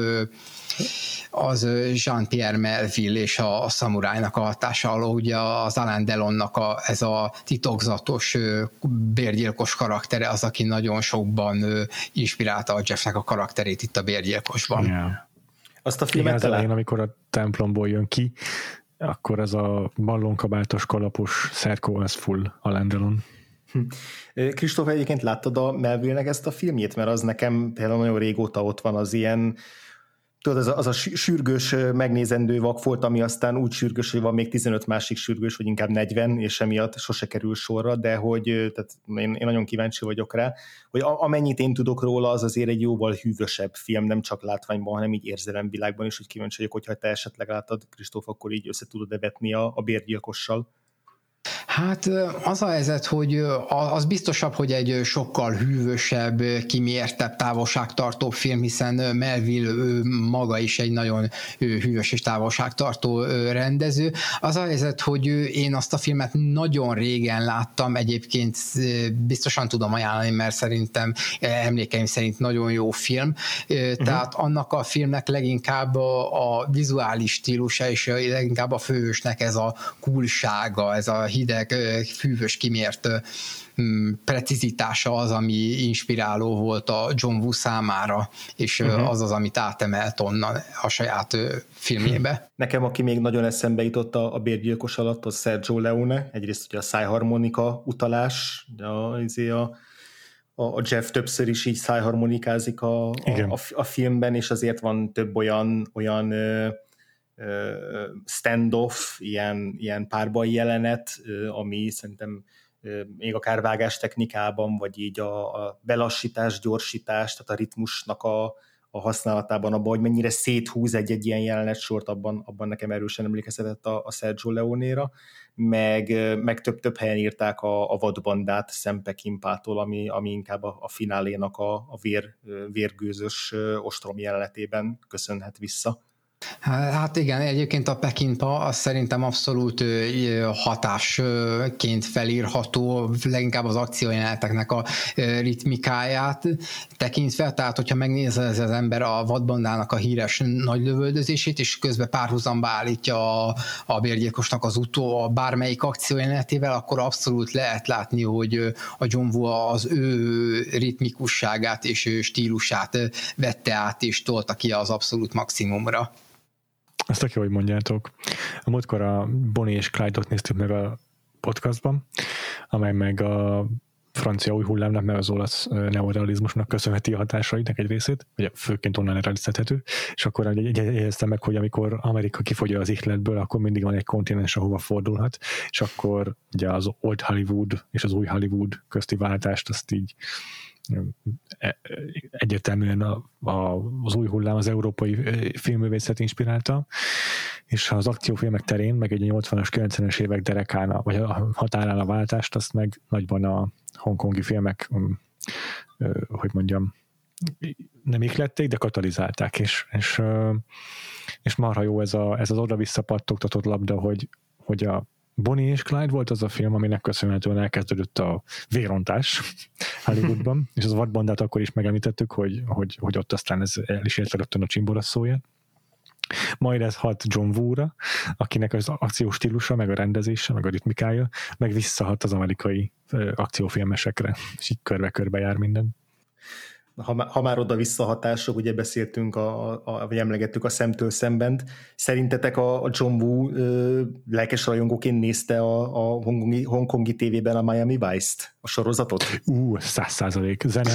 az Jean-Pierre Melville és a szamurájnak a hatása alól, ugye az Alain Delonnak ez a titokzatos bérgyilkos karaktere az, aki nagyon sokban inspirálta a Jeffnek a karakterét itt a Bérgyilkosban. Yeah. Azt a filmet az elején, amikor a templomból jön ki, akkor ez a ballonkabátos, kalapos szerkó, az full Alain Delon. Kristóf, egyébként láttad a Melville-nek ezt a filmjét? Mert az nekem például nagyon régóta ott van, az ilyen tudod, az a sürgős megnézendő vakfolt, ami aztán úgy sürgős, hogy van még 15 másik sürgős, vagy inkább 40, és emiatt sose kerül sorra, de hogy tehát én nagyon kíváncsi vagyok rá, hogy amennyit én tudok róla, az azért egy jóval hűvösebb film, nem csak látványban, hanem így érzelemvilágban is, hogy kíváncsi vagyok, hogyha te esetleg láttad, Kristóf, akkor így össze tudod vetni a bérgyilkossal. Hát az a helyzet, hogy az biztosabb, hogy egy sokkal hűvösebb, kimértebb, távolságtartó film, hiszen Melville ő maga is egy nagyon hűvös és távolságtartó rendező. Az a helyzet, hogy én azt a filmet nagyon régen láttam, egyébként biztosan tudom ajánlani, mert szerintem emlékeim szerint nagyon jó film. Tehát annak a filmnek leginkább a vizuális stílusa, és leginkább a főhősnek ez a coolsága, ez a hideg, hűvös, kimért precizitása az, ami inspiráló volt a John Woo számára, és az az, amit átemelt onnan a saját filmjébe. Nekem, aki még nagyon eszembe jutott a bérgyilkos alatt, az Sergio Leone, egyrészt ugye a szájharmonika utalás, a Jeff többször is így szájharmonikázik a filmben, és azért van több olyan standoff, ilyen párbaj jelenet, ami szerintem még akár vágás technikában, vagy így a belassítás, gyorsítás, tehát a ritmusnak a használatában, abban, hogy mennyire széthúz egy ilyen jelenetsort, abban nekem erősen emlékeztetett a Sergio Leone-ra, meg több helyen írták a vadbandát Sam Peckinpától, ami inkább a finálénak a vérgőzös ostrom jelenetében köszönhet vissza. Hát igen, egyébként a Peckinpah az szerintem abszolút hatásként felírható, leginkább az akciójeleneteknek a ritmikáját tekintve, tehát hogyha megnézze az ember a vadbandának a híres nagy lövöldözését, és közben párhuzamba állítja a bérgyilkosnak a bármelyik akciójelenetével, akkor abszolút lehet látni, hogy a John Woo az ő ritmikusságát és stílusát vette át, és tolta ki az abszolút maximumra. Azt tök jó, hogy mondjátok. A múltkor a Bonnie és Clyde-ot néztük meg a podcastban, amely meg a francia új hullámnak, meg az olasz neorealizmusnak köszönheti a hatásainak egy részét, vagy főként onnan eredeztethető, és akkor jegyeztem meg, hogy amikor Amerika kifogyja az ihletből, akkor mindig van egy kontinens, ahova fordulhat, és akkor ugye az Old Hollywood és az új Hollywood közti váltást azt így egyértelműen az új hullám az európai filmművészet inspirálta, és az akciófilmek terén, meg egy 80-as, 90-es évek derekán, vagy a határán a váltást, azt meg nagyban a hongkongi filmek, hogy mondjam, nem ihlették, de katalizálták, és marha jó ez az oda-vissza pattogtatott labda, hogy a Bonnie és Clyde volt az a film, aminek köszönhetően elkezdődött a vérontás Hollywoodban, és az vadbandát akkor is megemlítettük, hogy ott aztán ez el is érte rögtön a csimbora szóját. Majd ez hat John Woo-ra, akinek az akciós stílusa, meg a rendezése, meg a ritmikája, meg visszahat az amerikai akciófilmesekre, és így körbe-körbe jár minden. Ha már oda visszahatások, ugye beszéltünk, vagy emlegettük a Szemtől Szembent, szerintetek a John Woo lelkes rajongóként nézte a hongkongi tévében a Miami Vice-t, a sorozatot? 100% zene.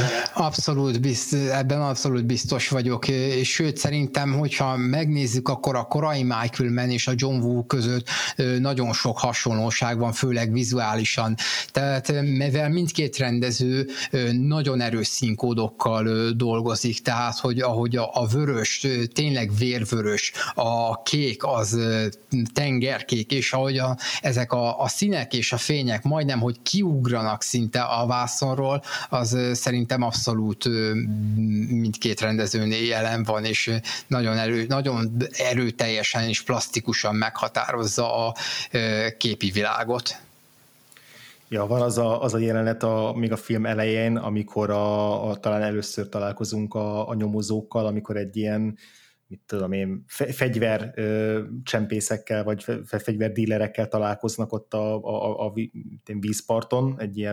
Ebben abszolút biztos vagyok, és sőt szerintem, hogyha megnézzük, akkor a korai Michael Mann és a John Woo között nagyon sok hasonlóság van, főleg vizuálisan. Tehát mivel mindkét rendező nagyon erős színkódokkal dolgozik, tehát hogy ahogy a vörös, tényleg vérvörös, a kék az tengerkék, és ahogy ezek a színek és a fények majdnem, hogy kiugranak szinte a vászonról, az szerintem abszolút mindkét rendezőnél jelen van, és nagyon erőteljesen és plastikusan meghatározza a képi világot. Ja, van az a jelenet még a film elején, amikor talán először találkozunk a nyomozókkal, amikor egy ilyen, mit tudom én, fegyver csempészekkel, vagy fegyverdílerekkel találkoznak ott a vízparton, egy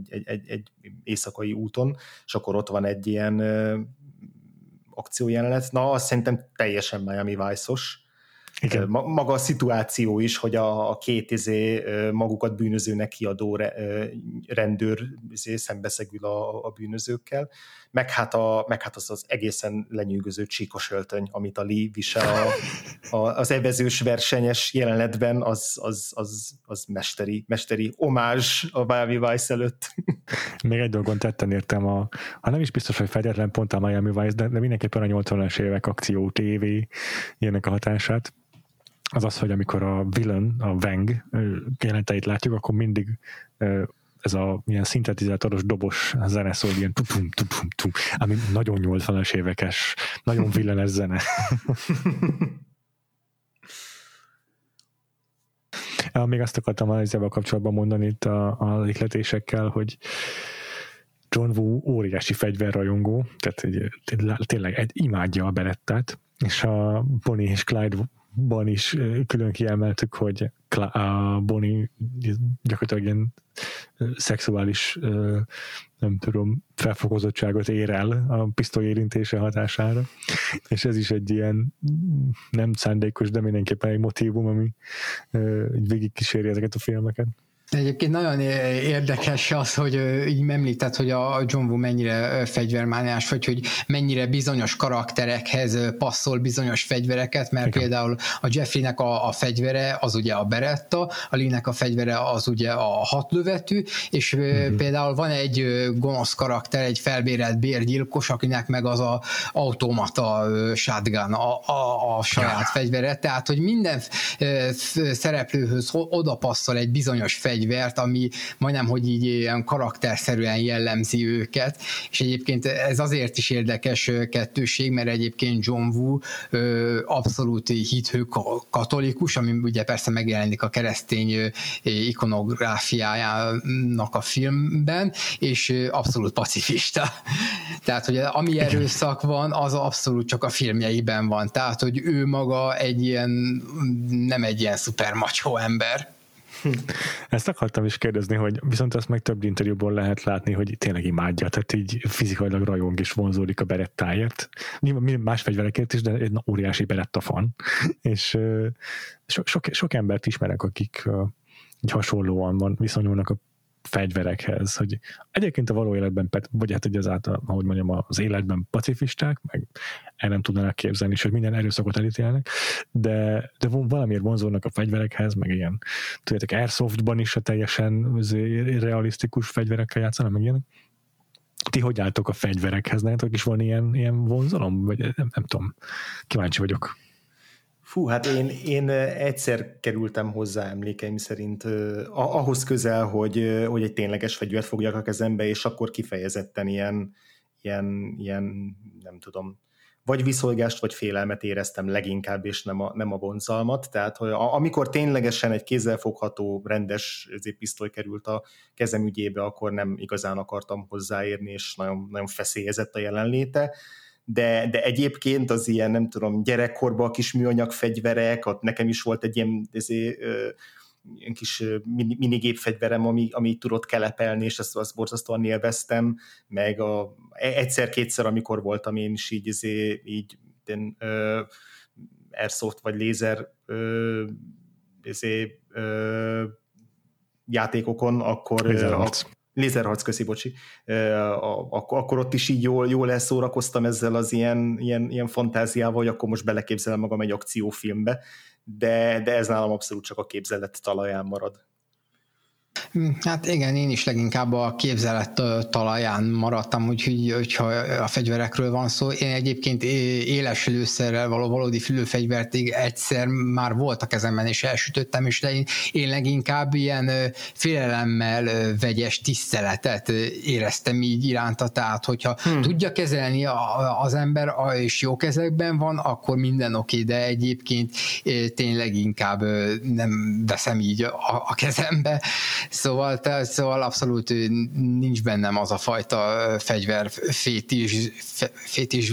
éjszakai úton, és akkor ott van egy ilyen akciójelenet. Na, azt szerintem teljesen Miami Vice-os. maga a szituáció is, hogy a két magukat bűnözőnek kiadó rendőr szembeszegül a bűnözőkkel, meg hát az egészen lenyűgöző csíkos öltöny, amit a Lee visel az evezős versenyes jelenetben, az mesteri omázs a Miami Vice előtt. Még egy dolgon tetten értem, ha nem is biztos, hogy fegyetlen pont a Miami Vice, de mindenképpen a 80-as évek akció TV ilyenek a hatását. Az, hogy amikor a villain, a Wang jelenteit látjuk, akkor mindig ez a ilyen szintetizátoros dobos zene szól, ilyen tum, ami nagyon 80-as évekes, nagyon villaines zene. Még azt akartam ezzel kapcsolatban mondani itt az ihletésekkel, hogy John Woo óriási fegyverrajongó, tehát tényleg imádja a Berettát, és a Bonnie és Clyde-ban is külön kiemeltük, hogy a Bonnie gyakorlatilag ilyen szexuális, nem tudom, felfokozottságot ér el a pisztoly érintése hatására, és ez is egy ilyen nem szándékos, de mindenképpen egy motívum, ami végig kíséri ezeket a filmeket. Egyébként nagyon érdekes az, hogy így említett, hogy a John Woo mennyire fegyvermániás, vagy hogy mennyire bizonyos karakterekhez passzol bizonyos fegyvereket, mert igen. Például a Jeffreynek a fegyvere az ugye a Beretta, a Lee-nek a fegyvere az ugye a 6 lövetű, és például van egy gonosz karakter, egy felbérelt bérgyilkos, akinek meg az a automata shotgun a saját fegyvere, tehát hogy minden szereplőhöz odapasszol egy bizonyos fegyvert, ami majdnem, hogy így ilyen karakterszerűen jellemzi őket, és egyébként ez azért is érdekes kettőség, mert egyébként John Woo abszolút hithű katolikus, ami ugye persze megjelenik a keresztény ikonográfiájának a filmben, és abszolút pacifista. Tehát, hogy ami erőszak van, az abszolút csak a filmjeiben van. Tehát, hogy ő maga nem egy ilyen szuper macsó ember. Ezt akartam is kérdezni, hogy viszont azt meg több interjúból lehet látni, hogy tényleg imádja, tehát így fizikailag rajong és vonzódik a Berettáért. Más fegyverekért is, de egy óriási Beretta fan. És sok embert ismerek, akik így hasonlóan viszonyulnak a fegyverekhez, hogy egyébként a való életben, vagy hát egyáltalán, ahogy mondjam, az életben pacifisták, meg el nem tudnának képzelni, és hogy minden erőszakot elítélnek, de valamiért vonzódnak a fegyverekhez, meg ilyen, tudjátok, Airsoftban is a teljesen realisztikus fegyverekkel játszanak, meg ilyenek. Ti hogy álltok a fegyverekhez? Nálatok is van ilyen vonzalom? Vagy nem tudom. Kíváncsi vagyok. Fú, hát én egyszer kerültem hozzá emlékeim szerint ahhoz közel, hogy egy tényleges fegyvert fogjak a kezembe, és akkor kifejezetten ilyen nem tudom, vagy viszolgást, vagy félelmet éreztem leginkább, és nem a vonzalmat. Tehát, hogy amikor ténylegesen egy kézzelfogható, rendes pisztoly került a kezem ügyébe, akkor nem igazán akartam hozzáérni, és nagyon, nagyon feszélyezett a jelenléte. De egyébként az ilyen, nem tudom, gyerekkorban a kis műanyag fegyverek, ott nekem is volt egy ilyen kis minigépfegyverem, ami tudott kelepelni, és azt borzasztóan élveztem, meg egyszer-kétszer, amikor voltam én is így airsoft vagy lézer játékokon, akkor lézerharc, köszi, bocsi. Akkor ott is így jól elszórakoztam ezzel az ilyen fantáziával, hogy akkor most beleképzelem magam egy akciófilmbe, de ez nálam abszolút csak a képzelet talaján marad. Hát igen, én is leginkább a képzelet talaján maradtam, úgyhogy hogyha a fegyverekről van szó. Én egyébként éles lőszerrel valódi lőfegyvert egyszer már volt a kezemben, és elsütöttem, és de én leginkább ilyen félelemmel vegyes tiszteletet éreztem így iránta, tehát hogyha tudja kezelni az ember, és jó kezekben van, akkor minden oké, de egyébként tényleg inkább nem veszem így a kezembe. Szóval abszolút nincs bennem az a fajta fegyver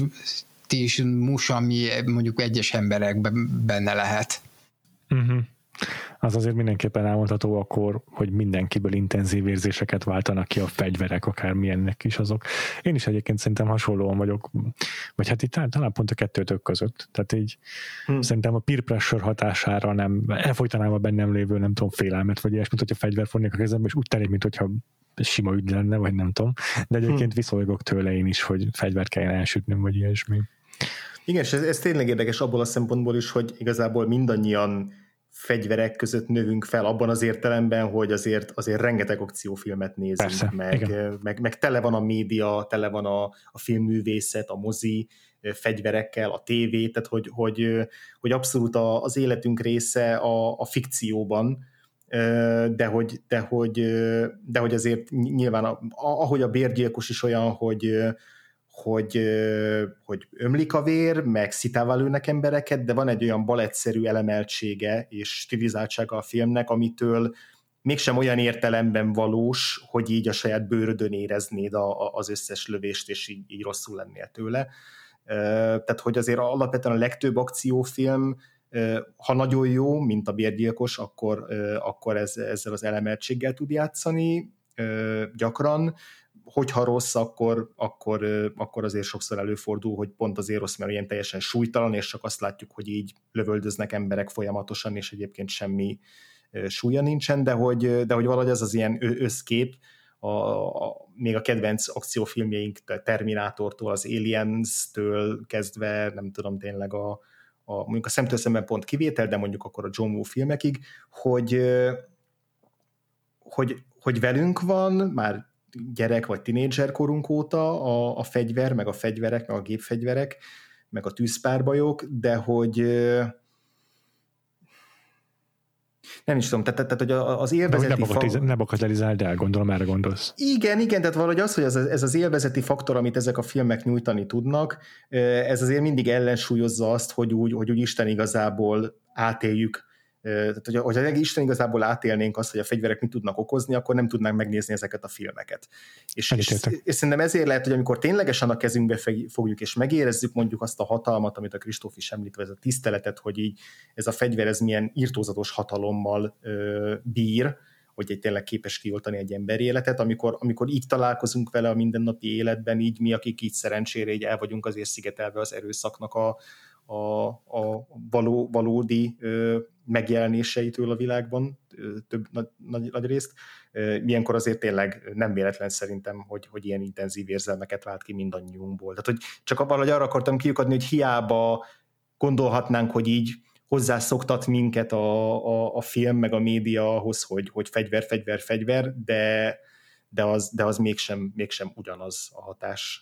fétismus, ami mondjuk egyes emberekben benne lehet. Uh-huh. Az azért mindenképpen elmondható akkor, hogy mindenkiből intenzív érzéseket váltanak ki a fegyverek, akármilyennek is azok. Én is egyébként szerintem hasonlóan vagyok, vagy hát itt talán pont a kettőtök között. Tehát így szerintem a peer pressure hatására nem elfolytanám a bennem lévő, nem tudom, félelmet, vagy ilyesmit, hogyha fegyver fognék a kezembe, és úgy tűnik, mint hogyha sima ügy lenne, vagy nem tudom. De egyébként viszolygok tőle én is, hogy fegyvert kellene elsütnöm, vagy ilyesmi. Igen, és ez tényleg érdekes abból a szempontból is, hogy igazából mindannyian fegyverek között növünk fel abban az értelemben, hogy azért rengeteg akciófilmet nézünk, persze, meg tele van a média, tele van a filmművészet, a mozi fegyverekkel, a tévé, tehát hogy abszolút az életünk része a fikcióban, de hogy azért nyilván, ahogy a bérgyilkos is olyan, hogy ömlik a vér, meg szitával lőnek embereket, de van egy olyan balettszerű elemeltsége és stilizáltsága a filmnek, amitől mégsem olyan értelemben valós, hogy így a saját bőrödön éreznéd az összes lövést, és így rosszul lennél tőle. Tehát, hogy azért alapvetően a legtöbb akciófilm, ha nagyon jó, mint a bérgyilkos, akkor ezzel az elemeltséggel tud játszani gyakran. Hogyha rossz, akkor azért sokszor előfordul, hogy pont azért rossz, mert ilyen teljesen súlytalan, és csak azt látjuk, hogy így lövöldöznek emberek folyamatosan, és egyébként semmi súlya nincsen, de hogy valahogy ez az ilyen összkép, még a kedvenc akciófilmjeink Terminátortól, az Aliens-től kezdve, nem tudom, tényleg mondjuk a Szemtől szemben pont kivétel, de mondjuk akkor a John Woo filmekig, hogy velünk van már gyerek vagy tinédzser korunk óta a fegyver, meg a fegyverek, meg a gépfegyverek, meg a tűzpárbajok, de hogy nem is tudom, tehát hogy az élvezeti faktor... Ne bagatellizáld el, gondolom, erre gondolsz. Igen, tehát valahogy az, hogy ez az élvezeti faktor, amit ezek a filmek nyújtani tudnak, ez azért mindig ellensúlyozza azt, hogy úgy Isten igazából átéljük. Tehát, hogyha Isten igazából átélnénk azt, hogy a fegyverek mit tudnak okozni, akkor nem tudnánk megnézni ezeket a filmeket. És szerintem ezért lehet, hogy amikor ténylegesen a kezünkbe fogjuk, és megérezzük mondjuk azt a hatalmat, amit a Kristóf is említve, ez a tiszteletet, hogy így ez a fegyver, ez milyen irtózatos hatalommal bír, hogy egy tényleg képes kioltani egy emberi életet, amikor így találkozunk vele a mindennapi életben, így mi, akik így szerencsére így el vagyunk azért szigetelve az erőszaknak a valódi megjelenéseitől a világban több nagy részt. Ilyenkor azért tényleg nem véletlen szerintem, hogy ilyen intenzív érzelmeket vált ki mindannyiunkból. Tehát, hogy csak valahogy arra akartam kiukadni, hogy hiába gondolhatnánk, hogy így hozzászoktat minket a film meg a média ahhoz, hogy fegyver, de az mégsem ugyanaz a hatás.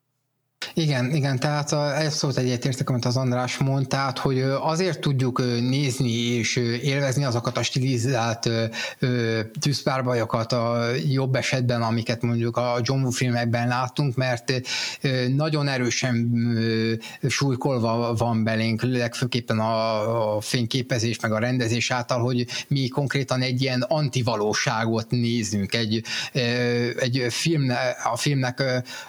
Igen, tehát abszolút egyetértek, amit az András mond, tehát, hogy azért tudjuk nézni és élvezni azokat a stilizált tűzpárbajokat a jobb esetben, amiket mondjuk a John Woo filmekben látunk, mert nagyon erősen súlykolva van belénk, legfőképpen a fényképezés meg a rendezés által, hogy mi konkrétan egy ilyen antivalóságot nézünk, egy filmnek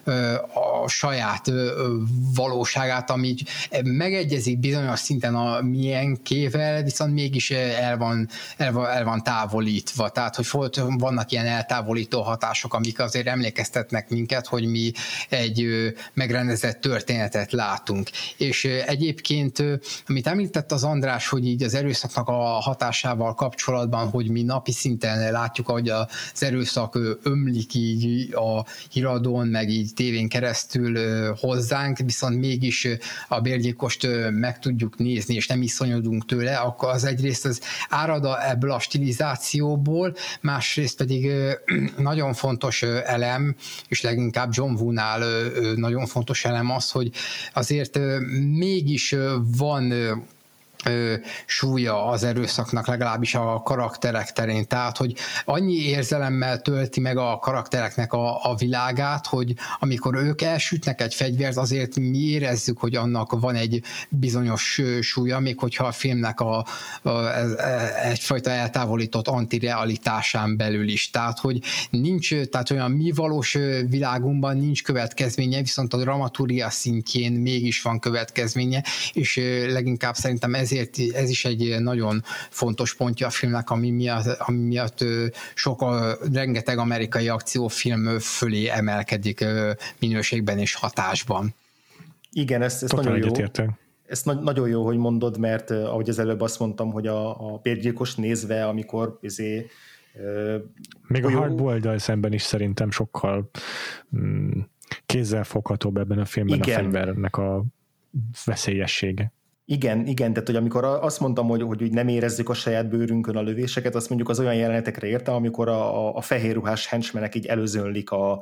a saját valóságát, ami megegyezik bizonyos szinten a miénkével, viszont mégis el van távolítva. Tehát, hogy vannak ilyen eltávolító hatások, amik azért emlékeztetnek minket, hogy mi egy megrendezett történetet látunk. És egyébként, amit említett az András, hogy így az erőszaknak a hatásával kapcsolatban, hogy mi napi szinten látjuk, ahogy az erőszak ömlik így a híradón, meg így tévén keresztül hozzánk, viszont mégis a bérgyilkost meg tudjuk nézni, és nem iszonyodunk tőle, akkor az egyrészt az árad ebből a stilizációból, másrészt pedig nagyon fontos elem, és leginkább John Woo-nál nagyon fontos elem az, hogy azért mégis van súlya az erőszaknak, legalábbis a karakterek terén. Tehát, hogy annyi érzelemmel tölti meg a karaktereknek a világát, hogy amikor ők elsütnek egy fegyvert, azért mi érezzük, hogy annak van egy bizonyos súlya, még hogyha a filmnek egyfajta eltávolított antirealitásán belül is. Tehát, hogy tehát olyan mi valós világunkban nincs következménye, viszont a dramaturgia szintjén mégis van következménye, és leginkább szerintem ezért ez is egy nagyon fontos pontja a filmnek, ami miatt rengeteg amerikai akciófilm fölé emelkedik minőségben és hatásban. Igen, ez nagyon jó. Ez nagyon jó, hogy mondod, mert ahogy az előbb azt mondtam, hogy a bérgyilkos nézve, amikor még a Hardboiled-dal szemben is szerintem sokkal kézzelfoghatóbb ebben a filmben a fegyvernek a veszélyessége. Igen, tehát hogy amikor azt mondtam, hogy nem érezzük a saját bőrünkön a lövéseket, azt mondjuk az olyan jelenetekre értem, amikor a fehér ruhás henchmenek így előzönlik a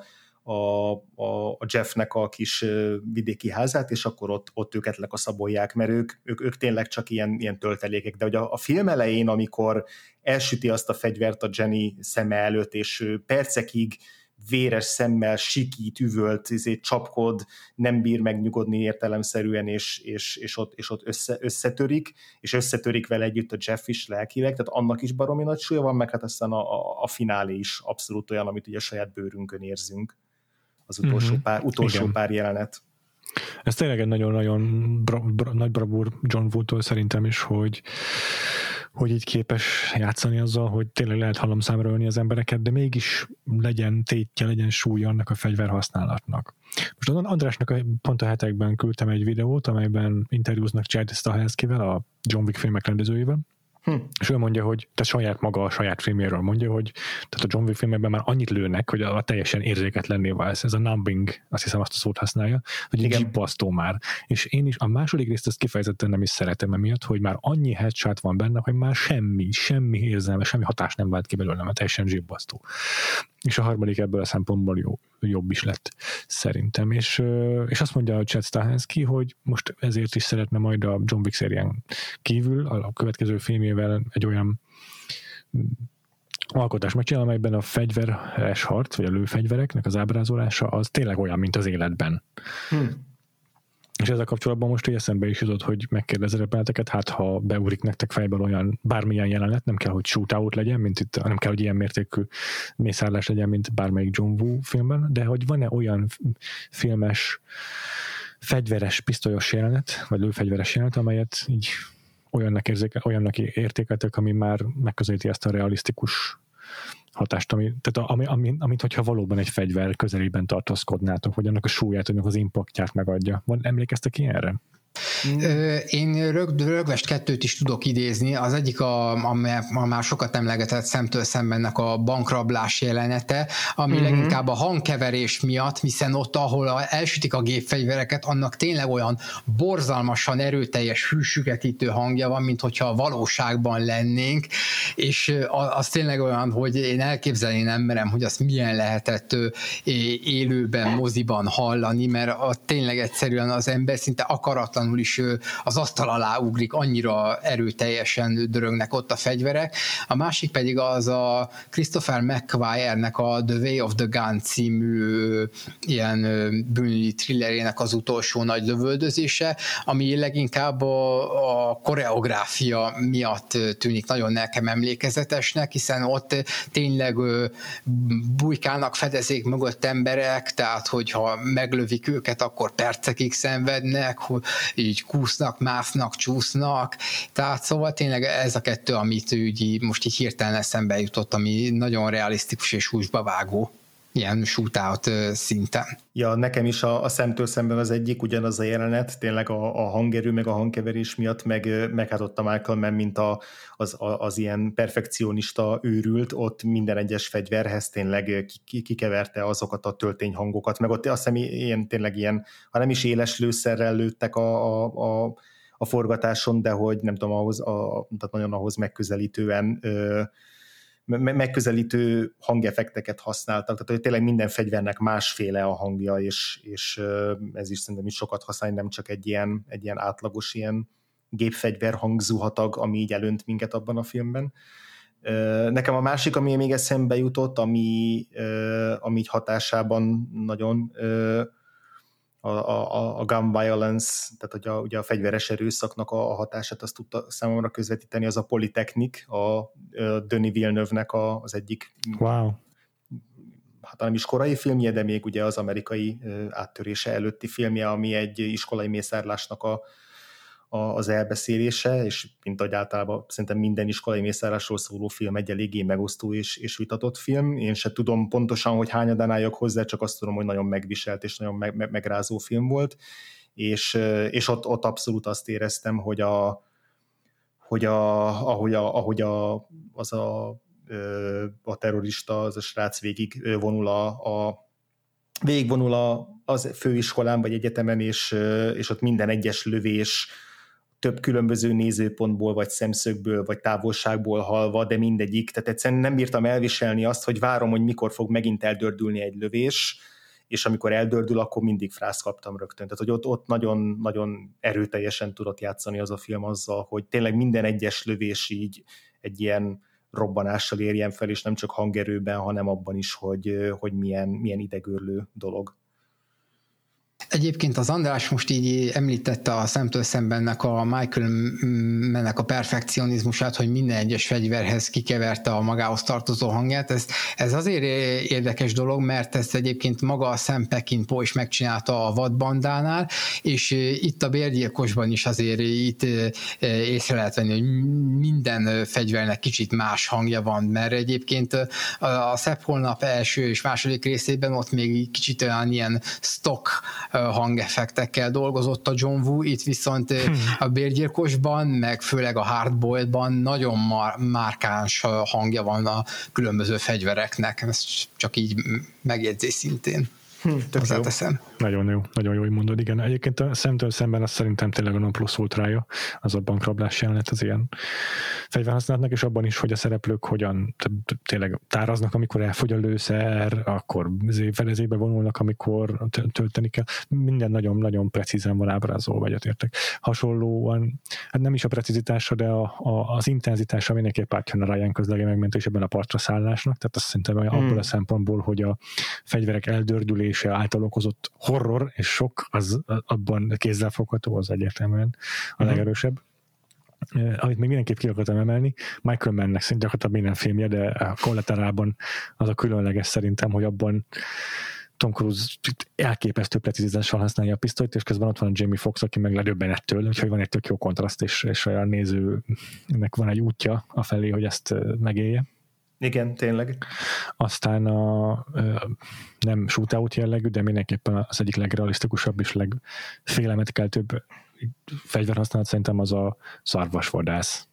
Jeffnek a kis vidéki házát, és akkor ott őket lekaszabolják, mert ők tényleg csak ilyen töltelékek. De hogy a film elején, amikor elsüti azt a fegyvert a Jenny szeme előtt, és percekig véres szemmel sikít, üvölt, csapkod, nem bír megnyugodni értelemszerűen, és ott összetörik, és összetörik vele együtt a Jeff is lelkileg, tehát annak is baromi nagy súlya van, meg hát aztán a finálé is abszolút olyan, amit ugye a saját bőrünkön érzünk. Az utolsó pár jelenet. Ez tényleg egy nagyon-nagyon nagy bravúr John Woo-tól szerintem is, hogy így képes játszani azzal, hogy tényleg lehet halomszámra ölni az embereket, de mégis legyen tétje, legyen súlya annak a fegyverhasználatnak. Most Andrásnak pont a hetekben küldtem egy videót, amelyben interjúznak Chad Stahelskivel, a John Wick filmek rendezőjével, és ő mondja, hogy saját maga a saját filmjéről mondja, hogy tehát a John Wick filmekben már annyit lőnek, hogy a teljesen érzéketlenné válsz. Ez a numbing, azt hiszem azt a szót használja, hogy egy zsibbasztó már. És én is a második részt ezt kifejezetten nem is szeretem emiatt, hogy már annyi headshot van benne, hogy már semmi érzelme, semmi hatás nem vált ki belőle, mert teljesen zsibbasztó. És a harmadik ebből a szempontból jobb is lett szerintem. És azt mondja a Chad Stahelski, hogy most ezért is szeretne majd a John Wick szérián kívül a következő filmjével egy olyan alkotás megcsinál, amelyben a fegyveres harc, vagy a lőfegyvereknek az ábrázolása az tényleg olyan, mint az életben. És ezzel kapcsolatban most eszembe is jutott, hogy megkérdezzetek benneteket, hát ha beugrik nektek fejből olyan bármilyen jelenet, nem kell, hogy shootout legyen, mint itt, nem kell, hogy ilyen mértékű mészárlás legyen, mint bármelyik John Woo filmben, de hogy van-e olyan filmes fegyveres, pisztolyos jelenet, vagy lőfegyveres jelenet, amelyet így olyannak értékeltek, ami már megközelíti ezt a realisztikus hatást, amit hogyha valóban egy fegyver közelében tartózkodnátok, vagy annak a súlyát, annak az impaktját megadja. Emlékeztek ilyenre? Én rögvest kettőt is tudok idézni. Az egyik a már sokat emlegetett Szemtől szembennek a bankrablás jelenete, ami leginkább a hangkeverés miatt, hiszen ott, ahol elsütik a gépfegyvereket, annak tényleg olyan borzalmasan erőteljes hűsüketítő hangja van, mint hogyha a valóságban lennénk, és az tényleg olyan, hogy én elképzelni nem merem, hogy azt milyen lehetett élőben, moziban hallani, mert tényleg egyszerűen az ember szinte akaratlan is az asztal alá ugrik, annyira erőteljesen dörögnek ott a fegyverek. A másik pedig az a Christopher McQuarrie-nek a The Way of the Gun című ilyen bűnügyi thrillerének az utolsó nagy lövöldözése, ami leginkább a koreográfia miatt tűnik nagyon nekem emlékezetesnek, hiszen ott tényleg bujkálnak fedezék mögött emberek, tehát hogyha meglövik őket, akkor percekig szenvednek, így kúsznak, másznak, csúsznak, tehát szóval tényleg ez a kettő, amit most így hirtelen eszembe jutott, ami nagyon realisztikus és húsba vágó ilyen shootout szinten. Ja, nekem is a Szemtől szemben az egyik ugyanaz a jelenet, tényleg a hangerő, meg a hangkeverés miatt, meg hát ott a Michael Mann, mint az ilyen perfekcionista őrült, ott minden egyes fegyverhez tényleg kikeverte azokat a töltényhangokat, meg ott azt hiszem tényleg ilyen, ha nem is éles lőszerrel lőttek a forgatáson, de hogy nem tudom, tehát nagyon ahhoz megközelítő hangeffekteket használtak, tehát hogy tényleg minden fegyvernek másféle a hangja, és ez is szerintem is sokat használni, nem csak egy ilyen átlagos ilyen gépfegyver hangzuhatag, ami így elönt minket abban a filmben. Nekem a másik, ami még eszembe jutott, ami így hatásában nagyon a gun violence, tehát ugye a fegyveres erőszaknak a hatását azt tudta számomra közvetíteni, az a Polytechnic, a Denis Villeneuve-nek az egyik hát nem is korai filmje, de még ugye az amerikai áttörése előtti filmje, ami egy iskolai mészárlásnak az elbeszélése, és mint ahogy általában szerintem minden iskolai mészárlásról szóló film egy eléggé megosztó és vitatott film. Én se tudom pontosan, hogy hányadán álljak hozzá, csak azt tudom, hogy nagyon megviselt és nagyon megrázó film volt, és ott abszolút azt éreztem, hogy ahogy a terrorista, az a srác végigvonul az főiskolán vagy egyetemen, és ott minden egyes lövés több különböző nézőpontból, vagy szemszögből, vagy távolságból hallva, de mindegyik. Tehát egyszerűen nem bírtam elviselni azt, hogy várom, hogy mikor fog megint eldördülni egy lövés, és amikor eldördül, akkor mindig frászt kaptam rögtön. Tehát, hogy ott nagyon, nagyon erőteljesen tudott játszani az a film azzal, hogy tényleg minden egyes lövés így egy ilyen robbanással érjen fel, és nem csak hangerőben, hanem abban is, hogy milyen idegőrlő dolog. Egyébként az András most így említette a Szemtől Szembennek a Michael Mann-nek a perfekcionizmusát, hogy minden egyes fegyverhez kikeverte a magához tartozó hangját. Ez azért érdekes dolog, mert ezt egyébként maga a Sam Peckinpah is megcsinálta a Vadbandánál, és itt a Bérgyilkosban is azért itt észre lehet venni, hogy minden fegyvernek kicsit más hangja van, mert egyébként a Szebb Holnap első és második részében ott még kicsit olyan ilyen stock hangeffektekkel dolgozott a John Woo, itt viszont a Bérgyilkosban, meg főleg a Hardboiledban nagyon márkáns hangja van a különböző fegyvereknek. Ezt csak így megjegyzés szintén. Hozzáteszem. Nagyon jó, hogy mondod, igen. Egyébként a Szemtől Szemben az szerintem tényleg a non plus ultrája, az a bankrablás jelenet az ilyen fegyverhasználatnak, és abban is, hogy a szereplők hogyan tényleg táraznak, amikor elfogy a lőszer, akkor felezébe vonulnak, amikor tölteni kell. Minden nagyon-nagyon precízen van ábrázolva, egyetértek. Hasonlóan, hát nem is a precizitásra, de az intenzitása mindenképp átjön a Ryan közlege megmentés ebben a partra szállásnak, tehát azt szerintem abból a szempontból, hogy a fegyverek eldördülése által okozott horror és sok, az abban kézzelfogható, az egyértelműen a legerősebb. Amit még mindenképp ki akartam emelni, Michael Mann-nek gyakorlatilag minden filmje, de a Collateralban az a különleges szerintem, hogy abban Tom Cruise elképesztő precizitással használja a pisztolyt, és közben ott van a Jamie Foxx, aki meg ledöbben ettől, úgyhogy van egy tök jó kontraszt, és a nézőnek van egy útja afelé, hogy ezt megélje. Igen, tényleg. Aztán nem shootout jellegű, de mindenképpen az egyik legrealisztikusabb és legfélemetkeltőbb fegyverhasználat szerintem az a szarvasvadász.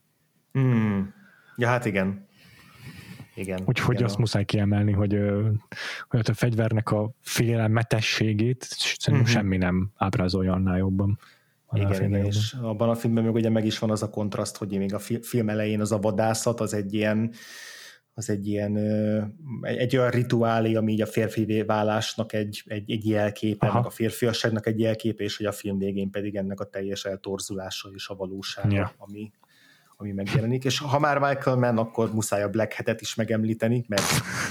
Ja, hát igen. Úgyhogy igen, azt muszáj kiemelni, hogy a fegyvernek a félelmetességét semmi nem ábrázolja annál jobban. Igen, és abban a filmben még ugye meg is van az a kontraszt, hogy még a film elején az a vadászat, az egy olyan rituálé, ami így a férfi válásnak egy jelképe, meg a férfiasságnak egy jelképe, és hogy a film végén pedig ennek a teljes eltorzulása és a valósága, ami megjelenik. És ha már Michael Mann, akkor muszáj a Black Hat-et is megemlíteni, mert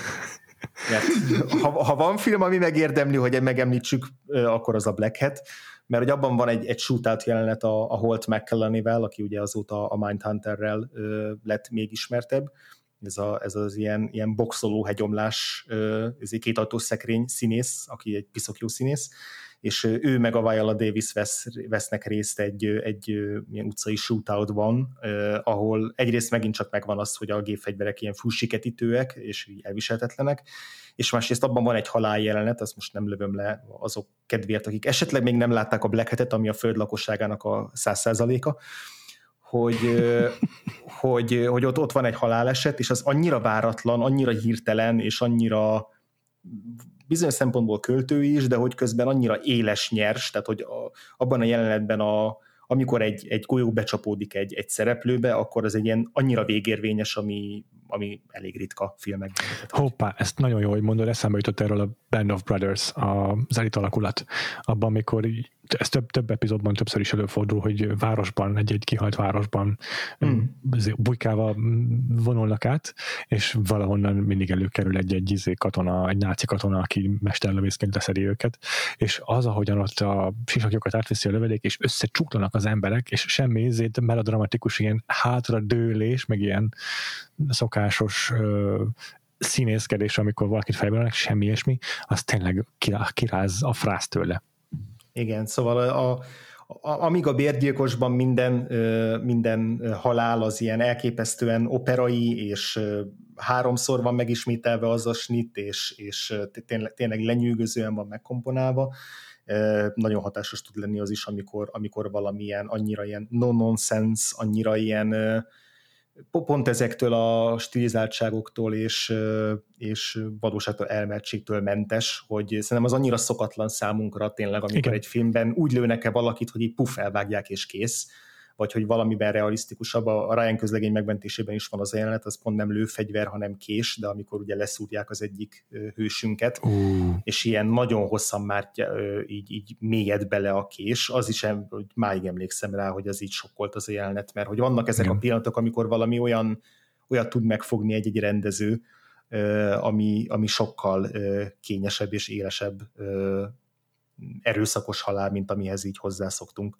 ha van film, ami megérdemli, hogy megemlítsük, akkor az a Black Hat, mert hogy abban van egy shootout jelenet a Holt McCallany-vel, aki ugye azóta a Mindhunterrel lett még ismertebb. Ez az ilyen boxoló hegyomlás, ez egy kétajtós szekrény színész, aki egy piszok jó színész, és ő meg a Viola Davis vesznek részt egy ilyen utcai shootoutban, ahol egyrészt megint csak megvan az, hogy a gépfegyverek ilyen fússiketítőek, és elviselhetetlenek, és másrészt abban van egy haláljelenet, azt most nem lövöm le azok kedvéért, akik esetleg még nem látták a Black Hat-et, ami a föld lakosságának a 100%-a, hogy ott van egy haláleset, és az annyira váratlan, annyira hirtelen, és annyira bizonyos szempontból költő is, de hogy közben annyira éles nyers, tehát hogy abban a jelenetben, amikor egy golyó becsapódik egy szereplőbe, akkor az egy ilyen annyira végérvényes, ami elég ritka filmekben. Hoppá, ezt nagyon jó, hogy mondod, eszembe jutott erről a Band of Brothers, az elit alakulat. Abban, amikor ez több epizódban többször is előfordul, hogy városban, egy kihalt városban bujkával vonulnak át, és valahonnan mindig előkerül egy katona, egy náci katona, aki mesterlövészként leszedi őket, és az, ahogyan ott a sisakjukat átviszi a lövedék, és összecsúklanak az emberek, és semmi melodramatikus ilyen hátradőlés, meg ilyen szokásos színészkedés, amikor valakit fejbelenek, semmi ilyesmi, az tényleg kiráz a frász tőle. Igen, szóval amíg a Bérgyilkosban minden halál az ilyen elképesztően operai, és 3-szor van megismételve az a snit, és tényleg lenyűgözően van megkomponálva, nagyon hatásos tud lenni az is, amikor valamilyen annyira ilyen no-nonsense, annyira ilyen pont ezektől a stilizáltságoktól és valóságtól elmertségtől mentes, hogy szerintem az annyira szokatlan számunkra tényleg, amikor igen. Egy filmben úgy lőnek-e valakit, hogy így puff, elvágják és kész, vagy hogy valamiben realisztikusabb. A Ryan közlegény megmentésében is van az jelenet, az pont nem lőfegyver, hanem kés, de amikor ugye leszúrják az egyik hősünket, és ilyen nagyon hosszan már így mélyed bele a kés, az is máig emlékszem rá, hogy az így sokkolt az a jelenet, mert hogy vannak ezek a pillanatok, amikor valami olyat tud megfogni egy rendező, ami sokkal kényesebb és élesebb erőszakos halál, mint amihez így hozzászoktunk.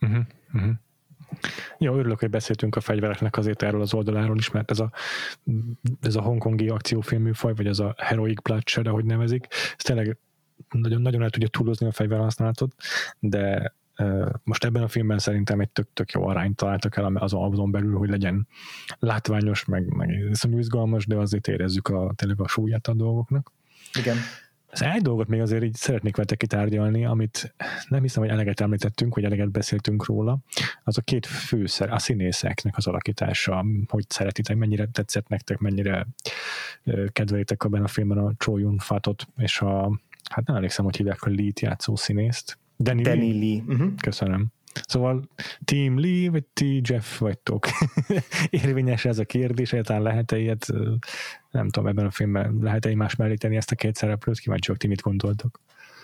Jó, örülök, hogy beszéltünk a fegyvereknek azért erről az oldaláról is, mert ez a hongkongi akciófilmműfaj, vagy ez a heroic bloodshed, ahogy nevezik, ez tényleg nagyon, nagyon el tudja túlozni a fegyverhasználatot, de most ebben a filmben szerintem egy tök jó arányt találtak el azon belül, hogy legyen látványos, meg iszonyú izgalmas, de azért érezzük tényleg a súlyát a dolgoknak. Igen. Egy dolgot még azért így szeretnék veletek kitárgyalni, amit nem hiszem, hogy eleget említettünk, vagy eleget beszéltünk róla, az a két a színészeknek az alakítása, hogy szeretitek, mennyire tetszett nektek, mennyire kedvelitek abban a filmben a Chow Yun-fatot, és hát nem emlékszem, hogy hívják a Lee-t játszó színészt. Danny Lee. Uh-huh. Köszönöm. Szóval Team Lee, vagy Jeff vagytok? Érvényes ez a kérdés, egyáltalán lehet-e ilyet, nem tudom, ebben a filmben lehet-e egymás mellé tenni ezt a két szereplőt? Kíváncsiak, ti mit gondoltok?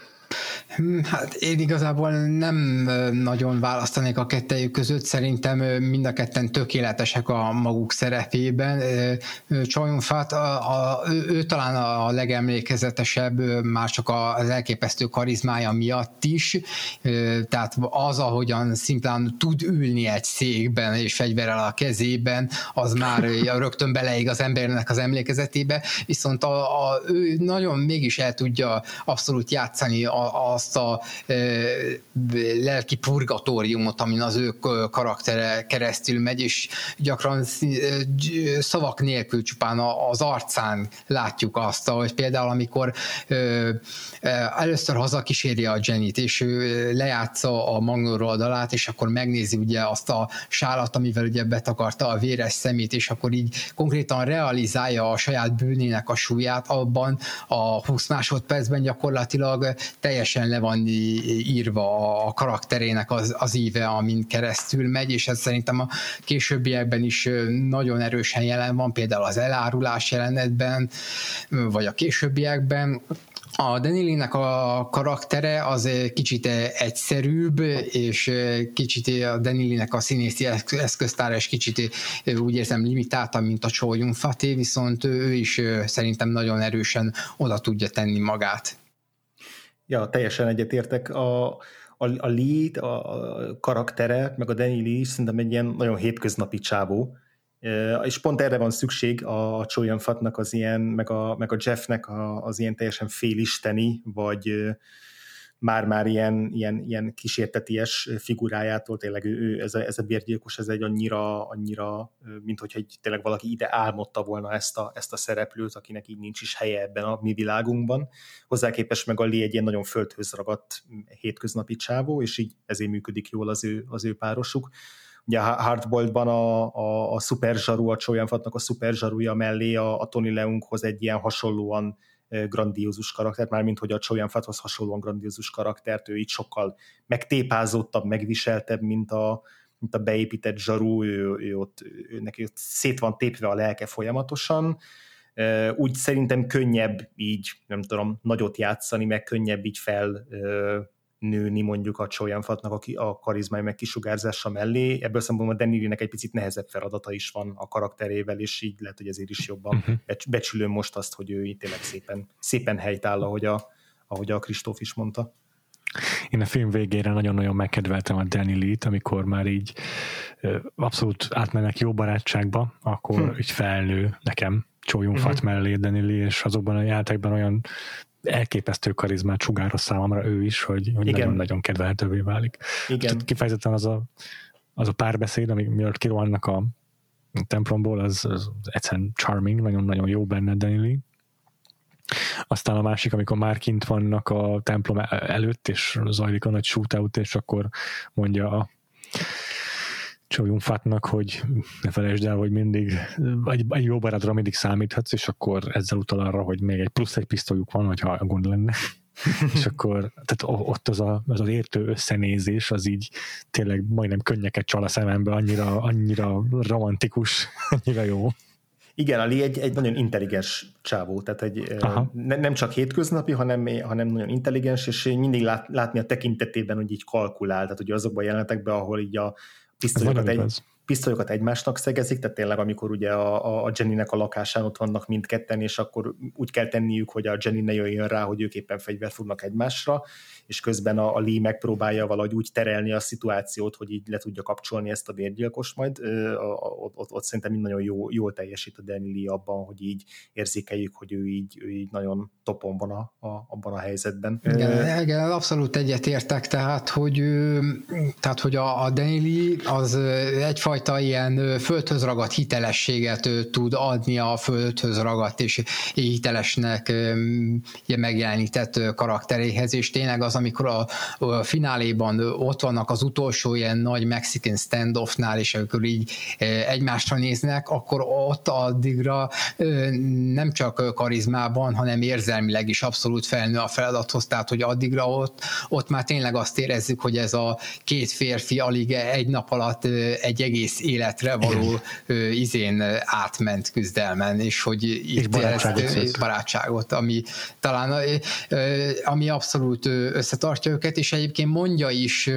Hát én igazából nem nagyon választanék a kettejük között, szerintem mind a ketten tökéletesek a maguk szerepében. Chow Yun-fat, ő talán a legemlékezetesebb, már csak az elképesztő karizmája miatt is, tehát az, ahogyan szimplán tud ülni egy székben és fegyverrel a kezében, az már rögtön beleég az embernek az emlékezetébe, viszont ő nagyon mégis el tudja abszolút játszani azt a lelki purgatóriumot, amin az ő karaktere keresztül megy, és gyakran szavak nélkül csupán az arcán látjuk azt, hogy például amikor először hazakíséri a Jennyt, és ő lejátsza a magnóra oldalát, és akkor megnézi ugye azt a sálat, amivel ugye betakarta a véres szemét, és akkor így konkrétan realizálja a saját bűnének a súlyát, abban a 20 másodpercben gyakorlatilag teljesen le van írva a karakterének az íve, amin keresztül megy, és ez szerintem a későbbiekben is nagyon erősen jelen van, például az elárulás jelenetben, vagy a későbbiekben. A Danny Lee-nek a karaktere az kicsit egyszerűbb, és kicsit a Danny Lee-nek a színészi eszköztára is kicsit úgy érzem limitáltabb, mint a Chow Yun-faté, viszont ő is szerintem nagyon erősen oda tudja tenni magát. Ja, teljesen egyetértek. A Lee, a karaktere, meg a Danny Lee szerintem egy ilyen nagyon hétköznapi csávó, és pont erre van szükség a Chow Yun-fatnak az ilyen, meg a Jeffnek az ilyen teljesen félisteni, vagy már ilyen kísérteties figurájától, tényleg ez a bérgyilkos, ez egy annyira mint hogyha tényleg valaki ide álmodta volna ezt a szereplőt, akinek így nincs is helye ebben a mi világunkban. Hozzá képest meg a Lee egy ilyen nagyon földhöz ragadt hétköznapi csávó, és így ezért működik jól az ő párosuk. Ugye a Hardboiled-ban a szuperzsaru, a Chow Yun-fatnak a szuperzsarúja mellé a Tony Leunghoz egy ilyen hasonlóan grandiózus karaktert, mármint hogy a Chow Yun-fathoz hasonlóan grandiózus karaktert, ő így sokkal megtépázódtabb, megviseltebb, mint a beépített zsaru, neki ott szét van tépve a lelke folyamatosan. Úgy szerintem könnyebb így, nem tudom, nagyot játszani, meg könnyebb így felnőni mondjuk a Chow Yun-fatnak a karizmája meg kisugárzása mellé. Ebből szempontból a Danny Lee-nek egy picit nehezebb feladata is van a karakterével, és így lehet, hogy ezért is jobban becsülöm most azt, hogy ő így tényleg szépen helytáll, ahogy a Kristóf is mondta. Én a film végére nagyon-nagyon megkedveltem a Danny Lee-t, amikor már így abszolút átmennek jó barátságba, akkor így felnő nekem Chow Yun-fat mellé Danny Lee, és azokban a játékban olyan elképesztő karizmát sugároz számomra ő is, hogy nagyon-nagyon kedvelhetővé válik. Igen. Kifejezetten az a párbeszéd, mielőtt kirohannak a templomból, az egyszerűen charming, nagyon-nagyon jó benne Danny Lee. Aztán a másik, amikor már kint vannak a templom előtt, és zajlik a nagy shootout, és akkor mondja a Chow Fatnak, hogy ne felejtsd el, hogy mindig egy jó barátra mindig számíthatsz, és akkor ezzel utal arra, hogy még plusz egy pisztolyuk van, hogyha gond lenne. És akkor tehát ott az értő összenézés, az így tényleg majdnem könnyeket csal a szemembe, annyira romantikus, annyira jó. Igen, Ali egy nagyon intelligens csávó, tehát nem csak hétköznapi, hanem nagyon intelligens, és mindig látni a tekintetében, hogy így kalkulál, tehát ugye azokban a jelenetekben, ahol így a pisztolyokat egymásnak szegezik, tehát tényleg amikor ugye a Jenny-nek a lakásán ott vannak mindketten, és akkor úgy kell tenniük, hogy a Jenny ne jöjjön rá, hogy ők éppen fegyvert fognak egymásra, és közben a Lee megpróbálja valahogy úgy terelni a szituációt, hogy így le tudja kapcsolni ezt a bérgyilkost majd. Ott szerintem mind nagyon jól teljesít a Danny Lee abban, hogy így érzékeljük, hogy ő így nagyon topon van abban a helyzetben. Igen, abszolút egyetértek, tehát hogy a Danny Lee az egyfajta ilyen földhöz ragadt hitelességet tud adni a földhöz ragadt és hitelesnek megjelenített karakteréhez, és tényleg az, amikor a fináléban ott vannak az utolsó ilyen nagy Mexican standoffnál, és amikor így egymásra néznek, akkor ott addigra nem csak karizmában, hanem érzelmileg is abszolút felnő a feladathoz, tehát hogy addigra ott már tényleg azt érezzük, hogy ez a két férfi alig egy nap alatt egy egész életre való izén átment küzdelmen, és hogy itt barátságot, ami talán ami abszolút összetartja őket, és egyébként mondja is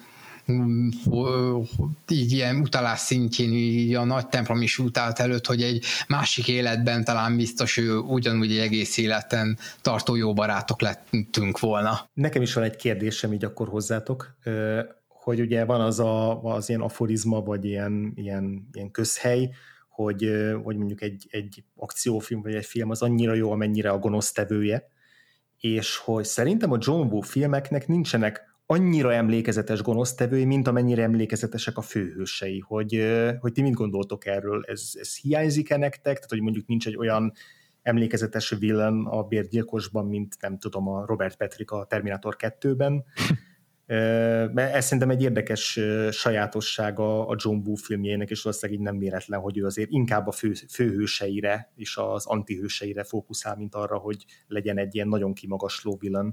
így ilyen utalás szintjén így a nagy templom is utált előtt, hogy egy másik életben talán biztos ő ugyanúgy egy egész életen tartó jó barátok lettünk volna. Nekem is van egy kérdésem így akkor hozzátok, hogy ugye van az ilyen aforizma, vagy ilyen közhely, hogy mondjuk egy akciófilm, vagy egy film az annyira jó, amennyire a gonosztevője, és hogy szerintem a John Woo filmeknek nincsenek annyira emlékezetes gonosztevői, mint amennyire emlékezetesek a főhősei, hogy ti mit gondoltok erről? Ez hiányzik-e nektek? Tehát, hogy mondjuk nincs egy olyan emlékezetes villain a bérgyilkosban, mint nem tudom, a Robert Patrick a Terminator 2-ben. Mert ez szerintem egy érdekes sajátossága a John Woo filmjének, és valószínűleg így nem véletlen, hogy ő azért inkább a főhőseire és az antihőseire fókuszál, mint arra, hogy legyen egy ilyen nagyon kimagasló villain.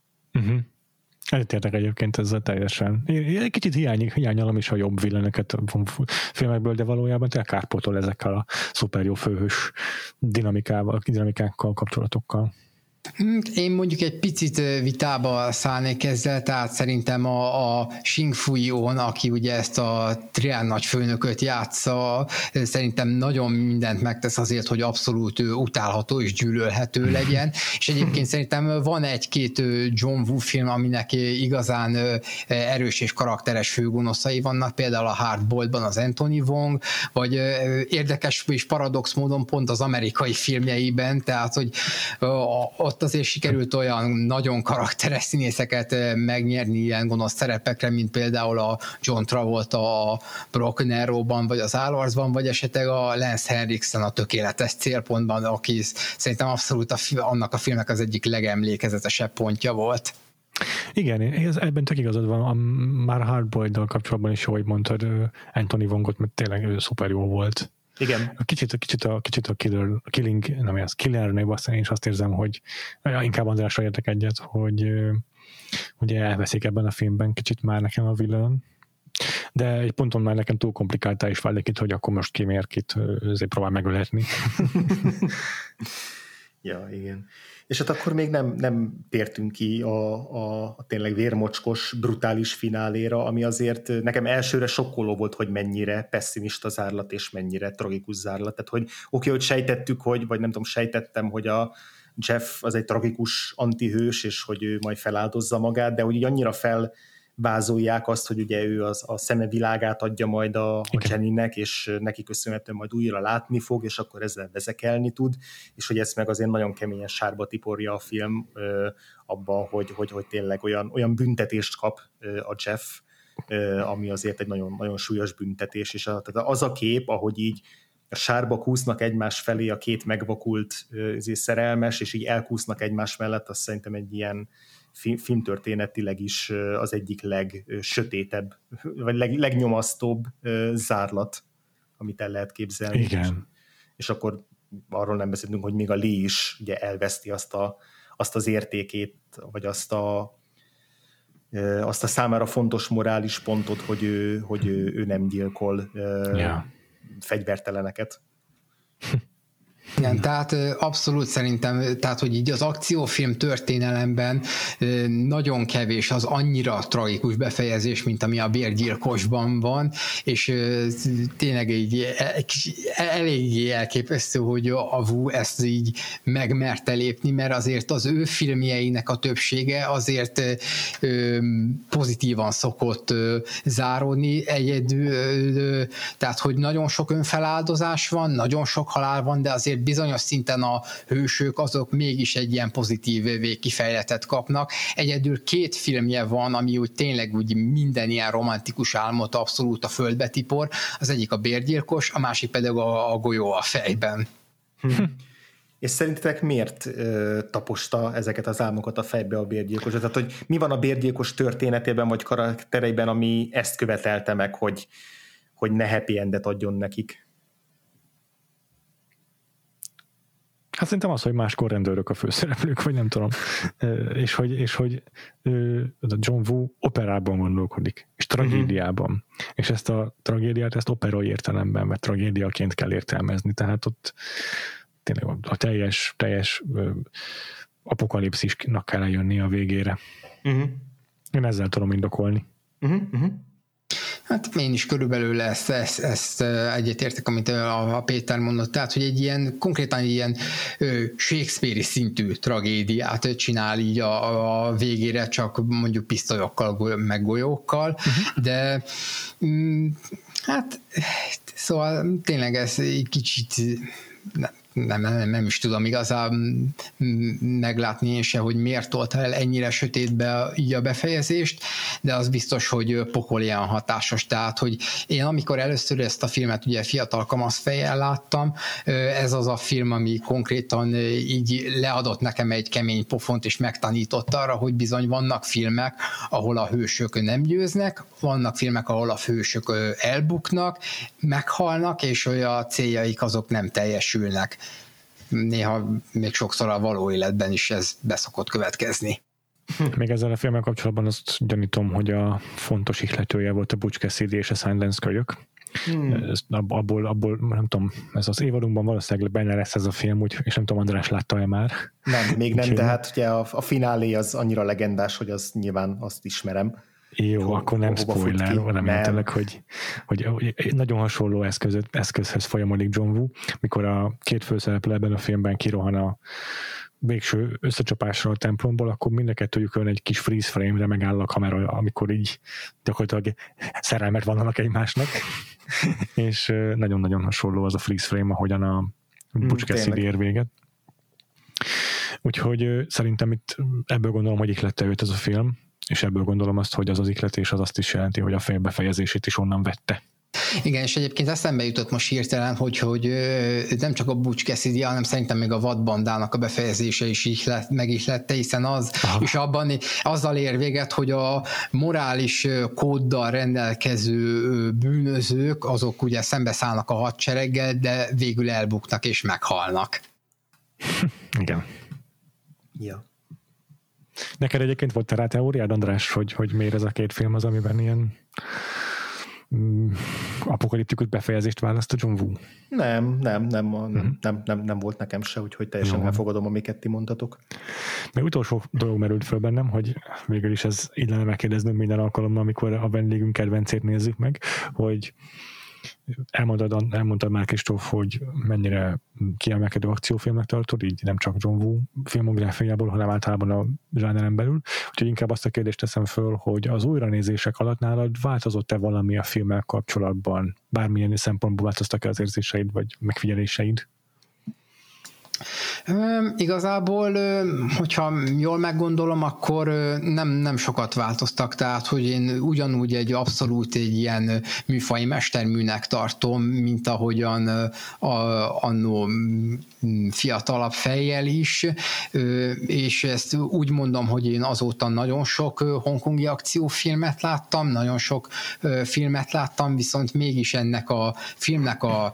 Egyetértek egyébként ezzel teljesen. Egy kicsit hiányolom is a jobb villaneket filmekből, de valójában tényleg kárpótol ezekkel a szuper jó főhős dinamikákkal, kapcsolatokkal. Én mondjuk egy picit vitába szállnék ezzel, tehát szerintem a Xing Fui-on, aki ugye ezt a Trián nagyfőnököt játsza, szerintem nagyon mindent megtesz azért, hogy abszolút utálható és gyűlölhető legyen, és egyébként szerintem van egy-két John Woo film, aminek igazán erős és karakteres főgonoszai vannak, például a Hardboiled-ban az Anthony Wong, vagy érdekes és paradox módon pont az amerikai filmjeiben, tehát hogy ott azért sikerült olyan nagyon karakteres színészeket megnyerni ilyen gonosz szerepekre, mint például a John Travolta a Broken Arrow-ban, vagy az Állarcban, vagy esetleg a Lance Henriksen a Tökéletes célpontban, aki szerintem abszolút annak a filmnek az egyik legemlékezetesebb pontja volt. Igen, ebben tök igazad van, már Hardboiled-dal kapcsolatban is, ahogy mondtad, Anthony Wongot, mert tényleg szuper jó volt. Igen. Kicsit a Killernél aztán én is azt érzem, hogy inkább Andrásra értek egyet, hogy ugye elveszik ebben a filmben kicsit már nekem a villain, de egy ponton már nekem túl komplikáltá is válik itt, hogy akkor most ki miért kit azért próbál megölhetni. Ja, igen. És hát akkor még nem tértünk ki a tényleg vérmocskos, brutális fináléra, ami azért nekem elsőre sokkoló volt, hogy mennyire pessimista zárlat, és mennyire tragikus zárlat. Tehát, hogy oké, hogy sejtettük, vagy nem tudom, sejtettem, hogy a Jeff az egy tragikus antihős, és hogy ő majd feláldozza magát, de hogy így annyira vázolják azt, hogy ugye ő a szeme világát adja majd a Jennynek, és neki köszönhetően majd újra látni fog, és akkor ezzel vezekelni tud, és hogy ezt meg azért nagyon keményen sárba tiporja a film abban, hogy tényleg olyan büntetést kap a Jeff, ami azért egy nagyon, nagyon súlyos büntetés, és tehát az a kép, ahogy így a sárba kúsznak egymás felé a két megvakult szerelmes, és így elkúsznak egymás mellett, azt szerintem egy ilyen filmtörténetileg is az egyik legsötétebb, vagy legnyomasztóbb zárlat, amit el lehet képzelni. Igen. És akkor arról nem beszélünk, hogy még a Lee is ugye elveszti azt az értékét, vagy azt a számára fontos morális pontot, hogy ő nem gyilkol fegyverteleneket. Igen, tehát abszolút szerintem, tehát hogy így az akciófilm történelemben nagyon kevés az annyira tragikus befejezés, mint ami a Bérgyilkosban van, és tényleg így eléggé elképesztő, hogy a Wu ezt így megmerte lépni, mert azért az ő filmjeinek a többsége azért pozitívan szokott záródni egyedül, tehát hogy nagyon sok önfeláldozás van, nagyon sok halál van, de azért bizonyos szinten a hősök azok mégis egy ilyen pozitív végkifejletet kapnak. Egyedül 2 filmje van, ami úgy tényleg úgy minden ilyen romantikus álmot abszolút a földbe tipor. Az egyik a Bérgyilkos, a másik pedig a Golyó a fejben. És szerintetek miért taposta ezeket az álmokat a fejbe a Bérgyilkos? Tehát, hogy mi van a Bérgyilkos történetében vagy karaktereiben, ami ezt követelte meg, hogy ne happy endet adjon nekik? Hát szerintem az, hogy máskor rendőrök a főszereplők, vagy nem tudom. És hogy John Woo operában gondolkodik, és tragédiában. És ezt a tragédiát, ezt operai értelemben, mert tragédiaként kell értelmezni. Tehát ott tényleg a teljes apokalipszisnak kell eljönni a végére. Én ezzel tudom indokolni. Hát én is körülbelül ezt egyetértek, amit a Péter mondott, tehát, hogy egy ilyen, konkrétan ilyen Shakespeare-i szintű tragédiát csinál így a végére, csak mondjuk pisztolyokkal, meg golyókkal, de hát szóval tényleg ez egy kicsit nem is tudom igazán meglátni én se, hogy miért tolta el ennyire sötétbe így a befejezést, de az biztos, hogy pokol ilyen hatásos. Tehát, hogy én amikor először ezt a filmet ugye fiatal kamaszfejjel láttam, ez az a film, ami konkrétan így leadott nekem egy kemény pofont, és megtanított arra, hogy bizony vannak filmek, ahol a hősök nem győznek, vannak filmek, ahol a hősök elbuknak, meghalnak, és a céljaik azok nem teljesülnek. Néha még sokszor a való életben is ez beszokott következni. Még ezzel a filmmel kapcsolatban azt gyanítom, hogy a fontos ihletője volt a Butch Cassidy és a Sundance kölyök. Abból nem tudom, ez az évadunkban valószínűleg benne lesz ez a film, és nem tudom, András látta-e már? Nem, még nem, de hát ugye a finálé az annyira legendás, hogy az nyilván azt ismerem. Jó, akkor nem spoiler, reméltelek, hogy nagyon hasonló eszközhöz folyamodik John Woo, mikor a 2 főszereplő ebben a filmben kirohan a végső összecsapásra a templomból, akkor mind a kettőjükön egy kis freeze frame-re megáll a kamera, amikor így gyakorlatilag szerelmet vallanak egymásnak, és nagyon-nagyon hasonló az a freeze frame, ahogyan a Butch Cassidy ér véget. Úgyhogy szerintem itt ebből gondolom, hogy ihlette őt ez a film, és ebből gondolom azt, hogy az ikletés az azt is jelenti, hogy a film befejezését is onnan vette. Igen, és egyébként eszembe jutott most hirtelen, hogy nem csak a Butch Cassidy, hanem szerintem még a vadbandának a befejezése is megihlette, hiszen az, és abban azzal ér véget, hogy a morális kóddal rendelkező bűnözők, azok ugye szembeszállnak a hadsereggel, de végül elbuknak és meghalnak. Igen. Ja. Neked egyébként volt rá teóriád, András, hogy miért ez a 2 film az, amiben ilyen apokaliptikus befejezést választ a John Woo? Nem volt nekem se, úgyhogy teljesen elfogadom, amiket ti mondtatok. Még utolsó dolog merült föl bennem, hogy végül is ez így lenne megkérdeznünk minden alkalommal, amikor a vendégünk kedvencét nézzük meg, hogy elmondtad már, Kristóf, hogy mennyire kiemelkedő akciófilmnek tartod, így nem csak John Woo filmográfiából, hanem általában a zsáneren belül. Úgyhogy inkább azt a kérdést teszem föl, hogy az újranézések alatt nálad változott-e valami a filmmel kapcsolatban? Bármilyen szempontból változtak-e az érzéseid, vagy megfigyeléseid? Igazából, hogyha jól meggondolom, akkor nem sokat változtak, tehát hogy én ugyanúgy egy ilyen műfai mesterműnek tartom, mint ahogyan annó fiatalabb fejjel is, és ezt úgy mondom, hogy én azóta nagyon sok hongkongi akciófilmet láttam, nagyon sok filmet láttam, viszont mégis ennek a filmnek a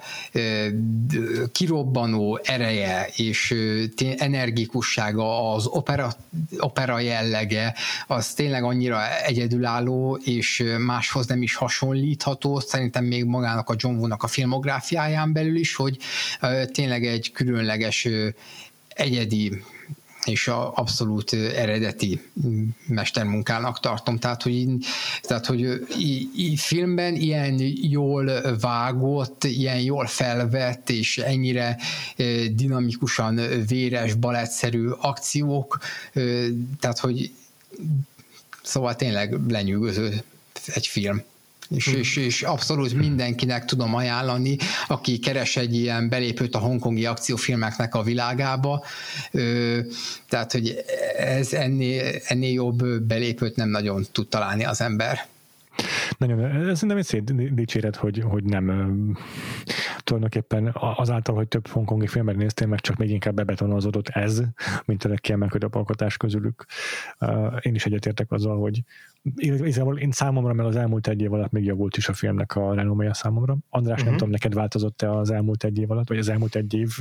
kirobbanó ereje és energikussága, az opera jellege, az tényleg annyira egyedülálló, és máshoz nem is hasonlítható, szerintem még magának a John Woo-nak a filmográfiáján belül is, hogy tényleg egy különleges, egyedi és abszolút eredeti mestermunkának tartom. Tehát, hogy filmben ilyen jól vágott, ilyen jól felvett, és ennyire dinamikusan véres, balettszerű akciók, tehát, hogy szóval tényleg lenyűgöző egy film. És abszolút mindenkinek tudom ajánlani, aki keres egy ilyen belépőt a hongkongi akciófilmeknek a világába, tehát, hogy ennél jobb belépőt nem nagyon tud találni az ember. Nagyon, ez nem egy szép dicséret, hogy nem tulajdonképpen azáltal, hogy több hongkongi filmet néztél, meg csak még inkább bebetonozódott ez, mint a legkiemelkedőbb alkotás közülük. Én is egyetértek azzal, hogy igazából én számomra, mert az elmúlt egy év alatt még javult is a filmnek a renoméja számomra. András, nem tudom, neked változott-e az elmúlt egy év alatt, vagy az elmúlt egy év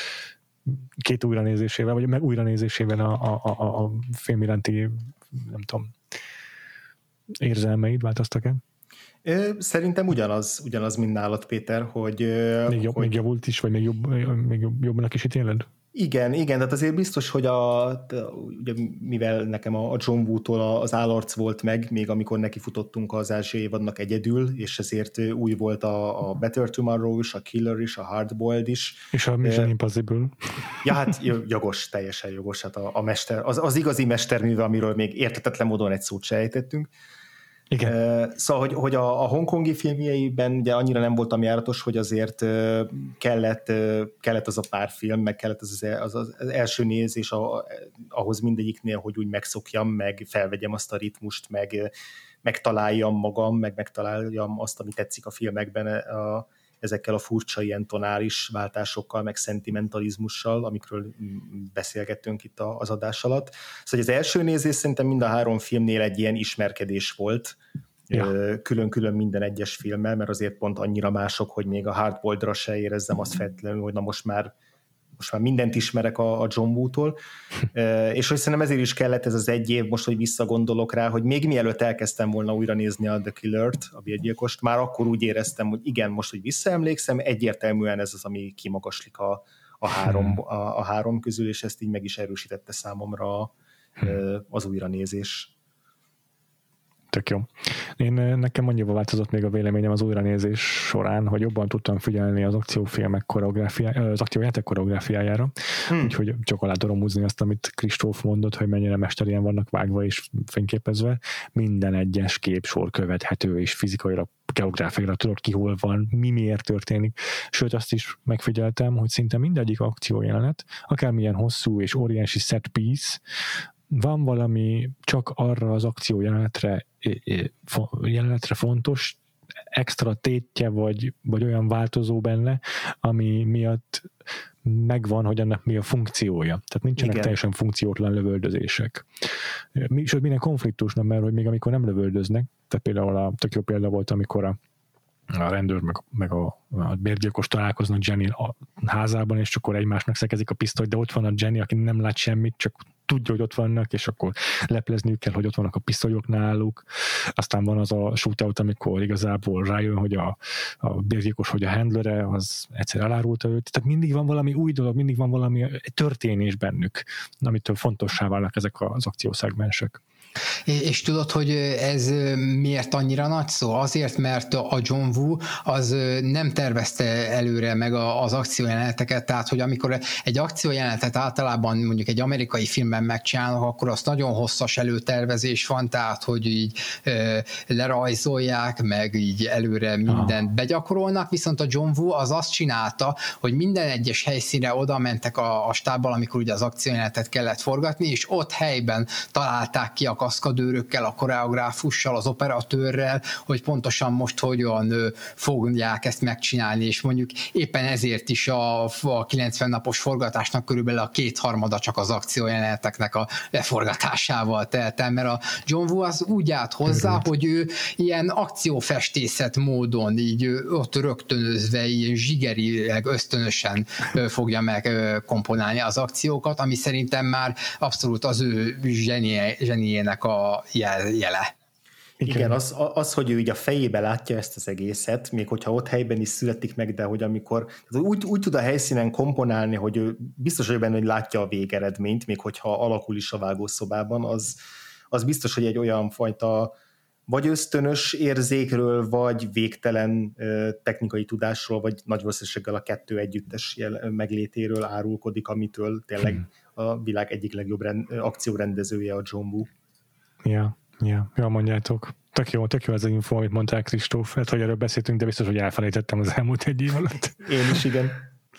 két újranézésével, vagy meg újranézésével a film iránti, nem tudom, érzelmeid változtak-e? Szerintem ugyanaz, mint nálad, Péter, hogy... Még javult is, vagy még jobban is ítéled? Igen, tehát azért biztos, hogy ugye, mivel nekem a John Woo-tól az állarc volt meg, még amikor nekifutottunk az első évadnak egyedül, és ezért új volt a Better Tomorrow is, a Killer is, a Hardboiled is. És a Mission Impossible. Ja, hát jogos, teljesen jogos. Hát a mester, az igazi mesterműve, amiről még érthetetlen módon egy szót se ejtettünk. Igen. Szóval, hogy a hongkongi filmjeiben ugye annyira nem voltam járatos, hogy azért kellett az a pár film, meg kellett az első nézés ahhoz mindegyiknél, hogy úgy megszokjam, meg felvegyem azt a ritmust, meg megtaláljam magam, meg megtaláljam azt, ami tetszik a filmekben, ezekkel a furcsa ilyen tonális váltásokkal, meg szentimentalizmussal, amikről beszélgettünk itt az adás alatt. Szóval az első nézés szerintem mind a három filmnél egy ilyen ismerkedés volt, külön-külön minden egyes filmmel, mert azért pont annyira mások, hogy még a Hardboiled-ra se érezzem azt feltétlenül, hogy na most már mindent ismerek a John Woo-tól, és hogy szerintem ezért is kellett ez az egy év, most, hogy visszagondolok rá, hogy még mielőtt elkezdtem volna újra nézni a The Killert, a Vérgyilkost, már akkor úgy éreztem, hogy igen, most, hogy visszaemlékszem, egyértelműen ez az, ami kimagaslik a három közül, és ezt így meg is erősítette számomra az újranézés. Tök jó. Nekem annyival változott még a véleményem az újranézés során, hogy jobban tudtam figyelni az akciófilmek az akciójáték koreográfiájára, úgyhogy csak alá tudom húzni azt, amit Kristóf mondott, hogy mennyire mesterien vannak vágva és fényképezve. Minden egyes képsor követhető, és fizikailag, geográfiailag tudod ki hol van, miért történik. Sőt, azt is megfigyeltem, hogy szinte mindegyik akciójelenet, akármilyen hosszú és óriási set piece, van valami csak arra az akció jelenetre fontos, extra tétje, vagy olyan változó benne, ami miatt megvan, hogy annak mi a funkciója. Tehát nincsenek teljesen funkciótlan lövöldözések. Sőt, minden konfliktusnak, mert hogy még amikor nem lövöldöznek, tehát például tök jó példa volt, amikor a rendőr meg a bérgyilkos találkoznak Jenny a házában, és akkor egymásnak szekezik a pisztolyt, de ott van a Jenny, aki nem lát semmit, csak tudja, hogy ott vannak, és akkor leplezniük kell, hogy ott vannak a pisztolyok náluk. Aztán van az a shootout, amikor igazából rájön, hogy a bérgyilkos, hogy a handlere, az egyszer elárulta őt. Tehát mindig van valami új dolog, mindig van valami történés bennük, amitől fontossá válnak ezek az akciószegmensek. És tudod, hogy ez miért annyira nagy szó? Azért, mert a John Woo az nem tervezte előre meg az akciójeleneteket, tehát hogy amikor egy akciójelenetet általában mondjuk egy amerikai filmben megcsinálnak, akkor az nagyon hosszas előtervezés van, tehát hogy így lerajzolják, meg így előre mindent begyakorolnak, viszont a John Woo az azt csinálta, hogy minden egyes helyszínre oda mentek a stábbal, amikor ugye az akciójelenetet kellett forgatni, és ott helyben találták ki a kaszkadőrökkel, a koreográfussal, az operatőrrel, hogy pontosan most hogyan fogják ezt megcsinálni, és mondjuk éppen ezért is a 90 napos forgatásnak körülbelül a 2/3 csak az akciójeleneteknek a leforgatásával telt el, mert a John Woo az úgy állt hozzá, hogy ő ilyen akciófestészet módon így ott rögtönözve, ilyen zsigerileg ösztönösen fogja megkomponálni az akciókat, ami szerintem már abszolút az ő zseniének a jele. Igen, az, hogy ő így a fejébe látja ezt az egészet, még hogyha ott helyben is születik meg, de hogy amikor úgy tud a helyszínen komponálni, hogy ő biztos, hogy benne, hogy látja a végeredményt, még hogyha alakul is a vágószobában, az biztos, hogy egy olyan fajta vagy ösztönös érzékről, vagy végtelen technikai tudásról, vagy nagy valószínűséggel a kettő együttes meglétéről árulkodik, amitől tényleg a világ egyik legjobb akciórendezője a John Woo. Ja, jól mondjátok. Tök jó ez az info, amit mondtál, Kristóf, hát, hogy erről beszéltünk, de biztos, hogy elfelejtettem az elmúlt egy év alatt. Én is, igen.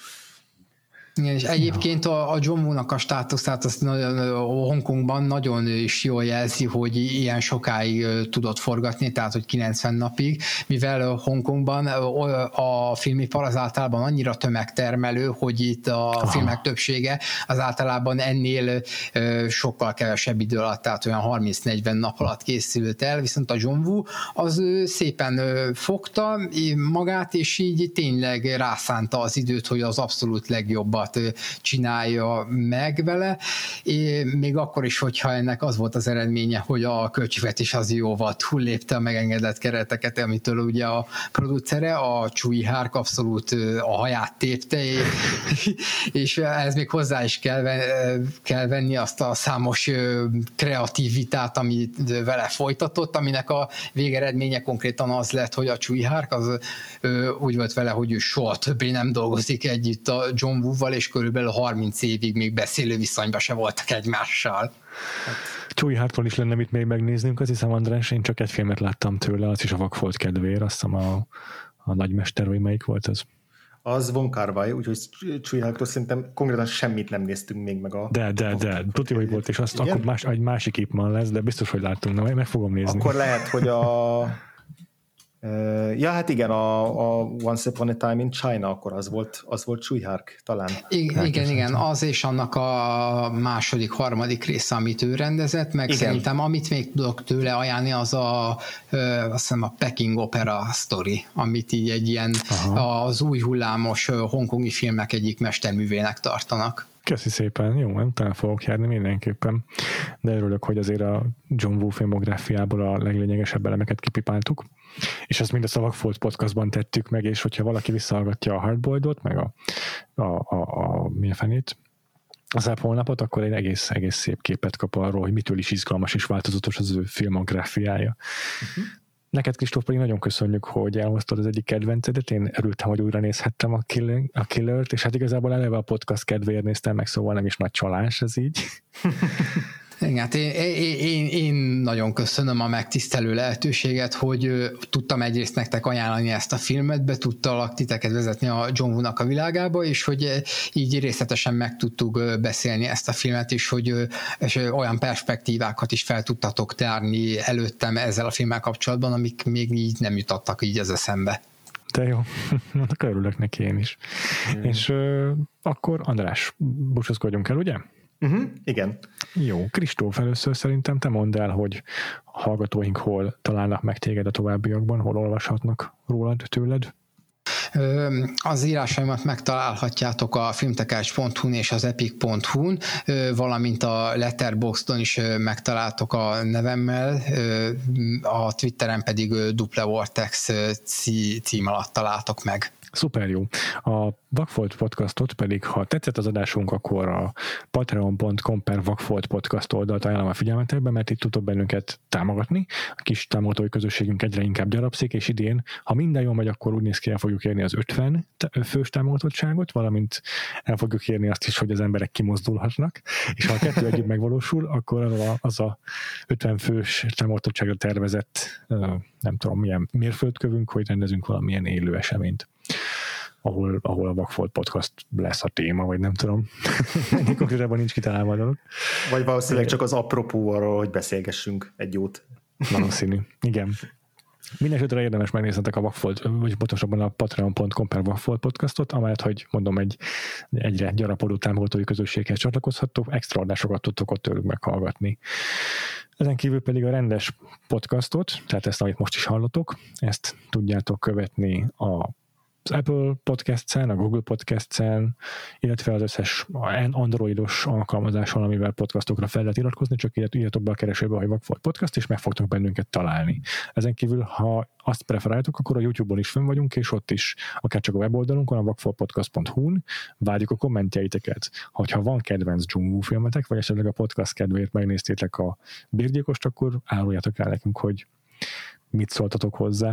Igen, és egyébként a John Woo-nak a státuszát azt Hongkongban nagyon is jól jelzi, hogy ilyen sokáig tudott forgatni, tehát hogy 90 napig, mivel Hongkongban a filmipar az általában annyira tömegtermelő, hogy itt a filmek többsége az általában ennél sokkal kevesebb idő alatt, tehát olyan 30-40 nap alatt készült el, viszont a John Woo az szépen fogta magát, és így tényleg rászánta az időt, hogy az abszolút legjobbat csinálja meg vele, még akkor is, hogyha ennek az volt az eredménye, hogy a költségvetés az jóval túllépte a megengedett kereteket, amitől ugye a producere, a Tsui Hark abszolút a haját tépte, és ez még hozzá is kell venni azt a számos kreativitát, amit vele folytatott, aminek a végeredménye konkrétan az lett, hogy a Tsui Hark az úgy volt vele, hogy ő soha többé nem dolgozik együtt a John Woo-val, és körülbelül 30 évig még beszélő viszonyban se voltak egymással. Csúly Harktól is lenne mit még megnéznünk, azt hiszem, András, én csak egy filmet láttam tőle, az is a Vakfolt kedvéért, azt hiszem a nagymester, vagy melyik volt az? Az Wong Kar-wai, úgyhogy Csúly Harktól szerintem konkrétan semmit nem néztünk még meg a... De, tuti, hogy volt, és azt igen? Akkor egy másik Ip-Man lesz, de biztos, hogy láttunk, meg fogom nézni. Akkor lehet, hogy ja, hát igen, a Once Upon a Time in China, akkor az volt Tsui Hark talán. Igen, az és annak a második, harmadik része, amit ő rendezett, meg igen. Szerintem amit még tudok tőle ajánlani, az azt hiszem a Peking Opera Story, amit így egy ilyen az új hullámos hongkongi filmek egyik mesterművének tartanak. Köszi szépen, jó, nem talán fogok járni mindenképpen, de örülök, hogy azért a John Woo filmográfiából a leglényegesebb elemeket kipipáltuk, és ezt mind a Szavakfolt podcastban tettük meg, és hogyha valaki visszahallgatja a Hardboiled-ot, meg mi a fenét, az app honlapot, akkor egy egész szép képet kap arról, hogy mitől is izgalmas és változatos az ő filmográfiája. Neked, Kristóf, pedig nagyon köszönjük, hogy elhoztad az egyik kedvencedet. Én örültem, hogy újra nézhettem a Killert, és hát igazából eleve a podcast kedvéért néztem meg, szóval nem is nagy csalás ez így. Igen, hát én nagyon köszönöm a megtisztelő lehetőséget, hogy tudtam egyrészt nektek ajánlani ezt a filmet, be tudtalak titeket vezetni a John Woo-nak a világába, és hogy így részletesen meg tudtuk beszélni ezt a filmet, és hogy és olyan perspektívákat is fel tudtatok tárni előttem ezzel a filmmel kapcsolatban, amik még így nem jutottak így az eszembe. De jó, akkor örülök neki én is. És akkor András, búcsúzkodjunk el, ugye? Igen. Jó, Kristóf, először szerintem te mondd el, hogy a hallgatóink hol találnak meg téged a továbbiakban, hol olvashatnak rólad, tőled? Az írásaimat megtalálhatjátok a filmtekercs.hu-n és az epic.hu-n, valamint a Letterboxdon is megtaláltok a nevemmel, a Twitteren pedig Duple Vortex cím alatt találtok meg. Szuper jó. A Vagfolt podcastot pedig, ha tetszett az adásunk, akkor a patreon.com/Vagfolt podcast oldalt ajánlom a figyelmetekbe, mert itt tudtok bennünket támogatni. A kis támogatói közösségünk egyre inkább gyarapszik, és idén, ha minden jól megy, akkor úgy néz ki, el fogjuk érni az 50 fős támogatottságot, valamint el fogjuk érni azt is, hogy az emberek kimozdulhatnak, és ha a kettő együtt megvalósul, akkor az a 50 fős támogatottságra tervezett, nem tudom, milyen mérföldkövünk, hogy rendezünk valamilyen élő eseményt, ahol a Vagfolt podcast lesz a téma, vagy nem tudom. Ennyi konkrétában nincs kitalálva a dolog. Vagy valószínűleg csak az apropó arról, hogy beszélgessünk egy jót. Valószínű. Igen. Mindenesetre érdemes megnéznetek a Vagfolt, vagy pontosabban a patreon.com/Vagfolt podcastot, amelyet, hogy mondom, egy egyre gyarapodó támogatói közösséghez csatlakozhattok, extra adásokat tudtok ott tőlük meghallgatni. Ezen kívül pedig a rendes podcastot, tehát ezt, amit most is hallotok, ezt tudjátok követni az Apple Podcast-en, a Google Podcast-en, illetve az összes androidos alkalmazáson, amivel podcastokra fel lehet iratkozni, csak írjatok be a keresőbe, hogy Vagfolt Podcast, és meg fogtok bennünket találni. Ezen kívül, ha azt preferáltok, akkor a YouTube-on is fönn vagyunk, és ott is, akár csak a weboldalunkon, a vagfoltpodcast.hu-n várjuk a kommentjeiteket. Ha van kedvenc John Woo filmetek, vagy esetleg a podcast kedvéért megnéztétek a Bérgyilkost, akkor áruljátok el nekünk, hogy mit szóltatok hozzá.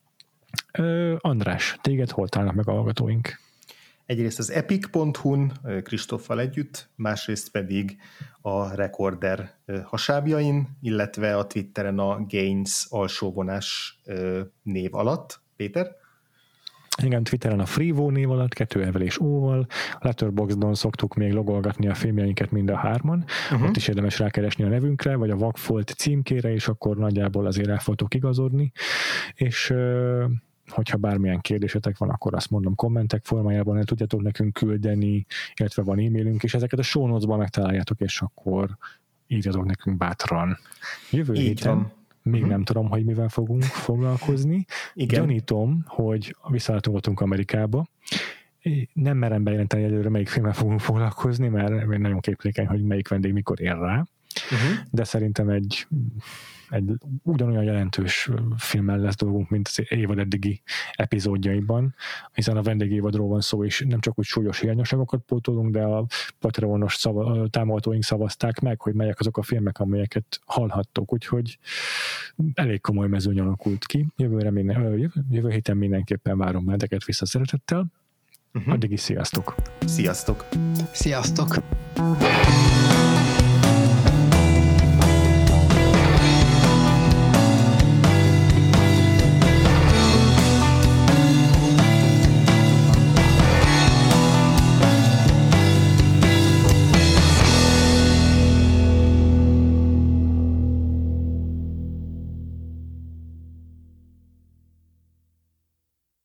András, téged hol találnak meg a hallgatóink? Egyrészt az epic.hu-n Kristóffal együtt, másrészt pedig a Recorder hasábjain, illetve a Twitteren a Gains alsóvonás név alatt. Péter? Igen, Twitteren a Freevo név alatt, 2 L-vel és O-val, a Letterboxdon szoktuk még logolgatni a filmjeinket mind a 3-an, ott is érdemes rákeresni a nevünkre, vagy a Vagfolt címkére, és akkor nagyjából azért el fogtok igazodni, és hogyha bármilyen kérdésetek van, akkor azt mondom, kommentek formájában el tudjátok nekünk küldeni, illetve van e-mailünk, és ezeket a show notes-ban megtaláljátok, és akkor írjatok nekünk bátran. Jövő héten még nem tudom, hogy mivel fogunk foglalkozni. Igen. Gyanítom, hogy visszalátogatunk Amerikába. Nem merem bejelenteni előre, melyik filmmel fogunk foglalkozni, mert nagyon képlékeny, hogy melyik vendég mikor ér rá. De szerintem egy ugyanolyan jelentős filmmel lesz dolgunk, mint az évad eddigi epizódjaiban, hiszen a vendégévadról van szó, és nem csak úgy súlyos hiányosságokat pótolunk, de a Patreonos támogatóink szavazták meg, hogy melyek azok a filmek, amelyeket hallhattok, úgyhogy elég komoly mezőny alakult ki. Jövő héten mindenképpen várom benneteket vissza szeretettel. Addig is sziasztok! Sziasztok! Sziasztok!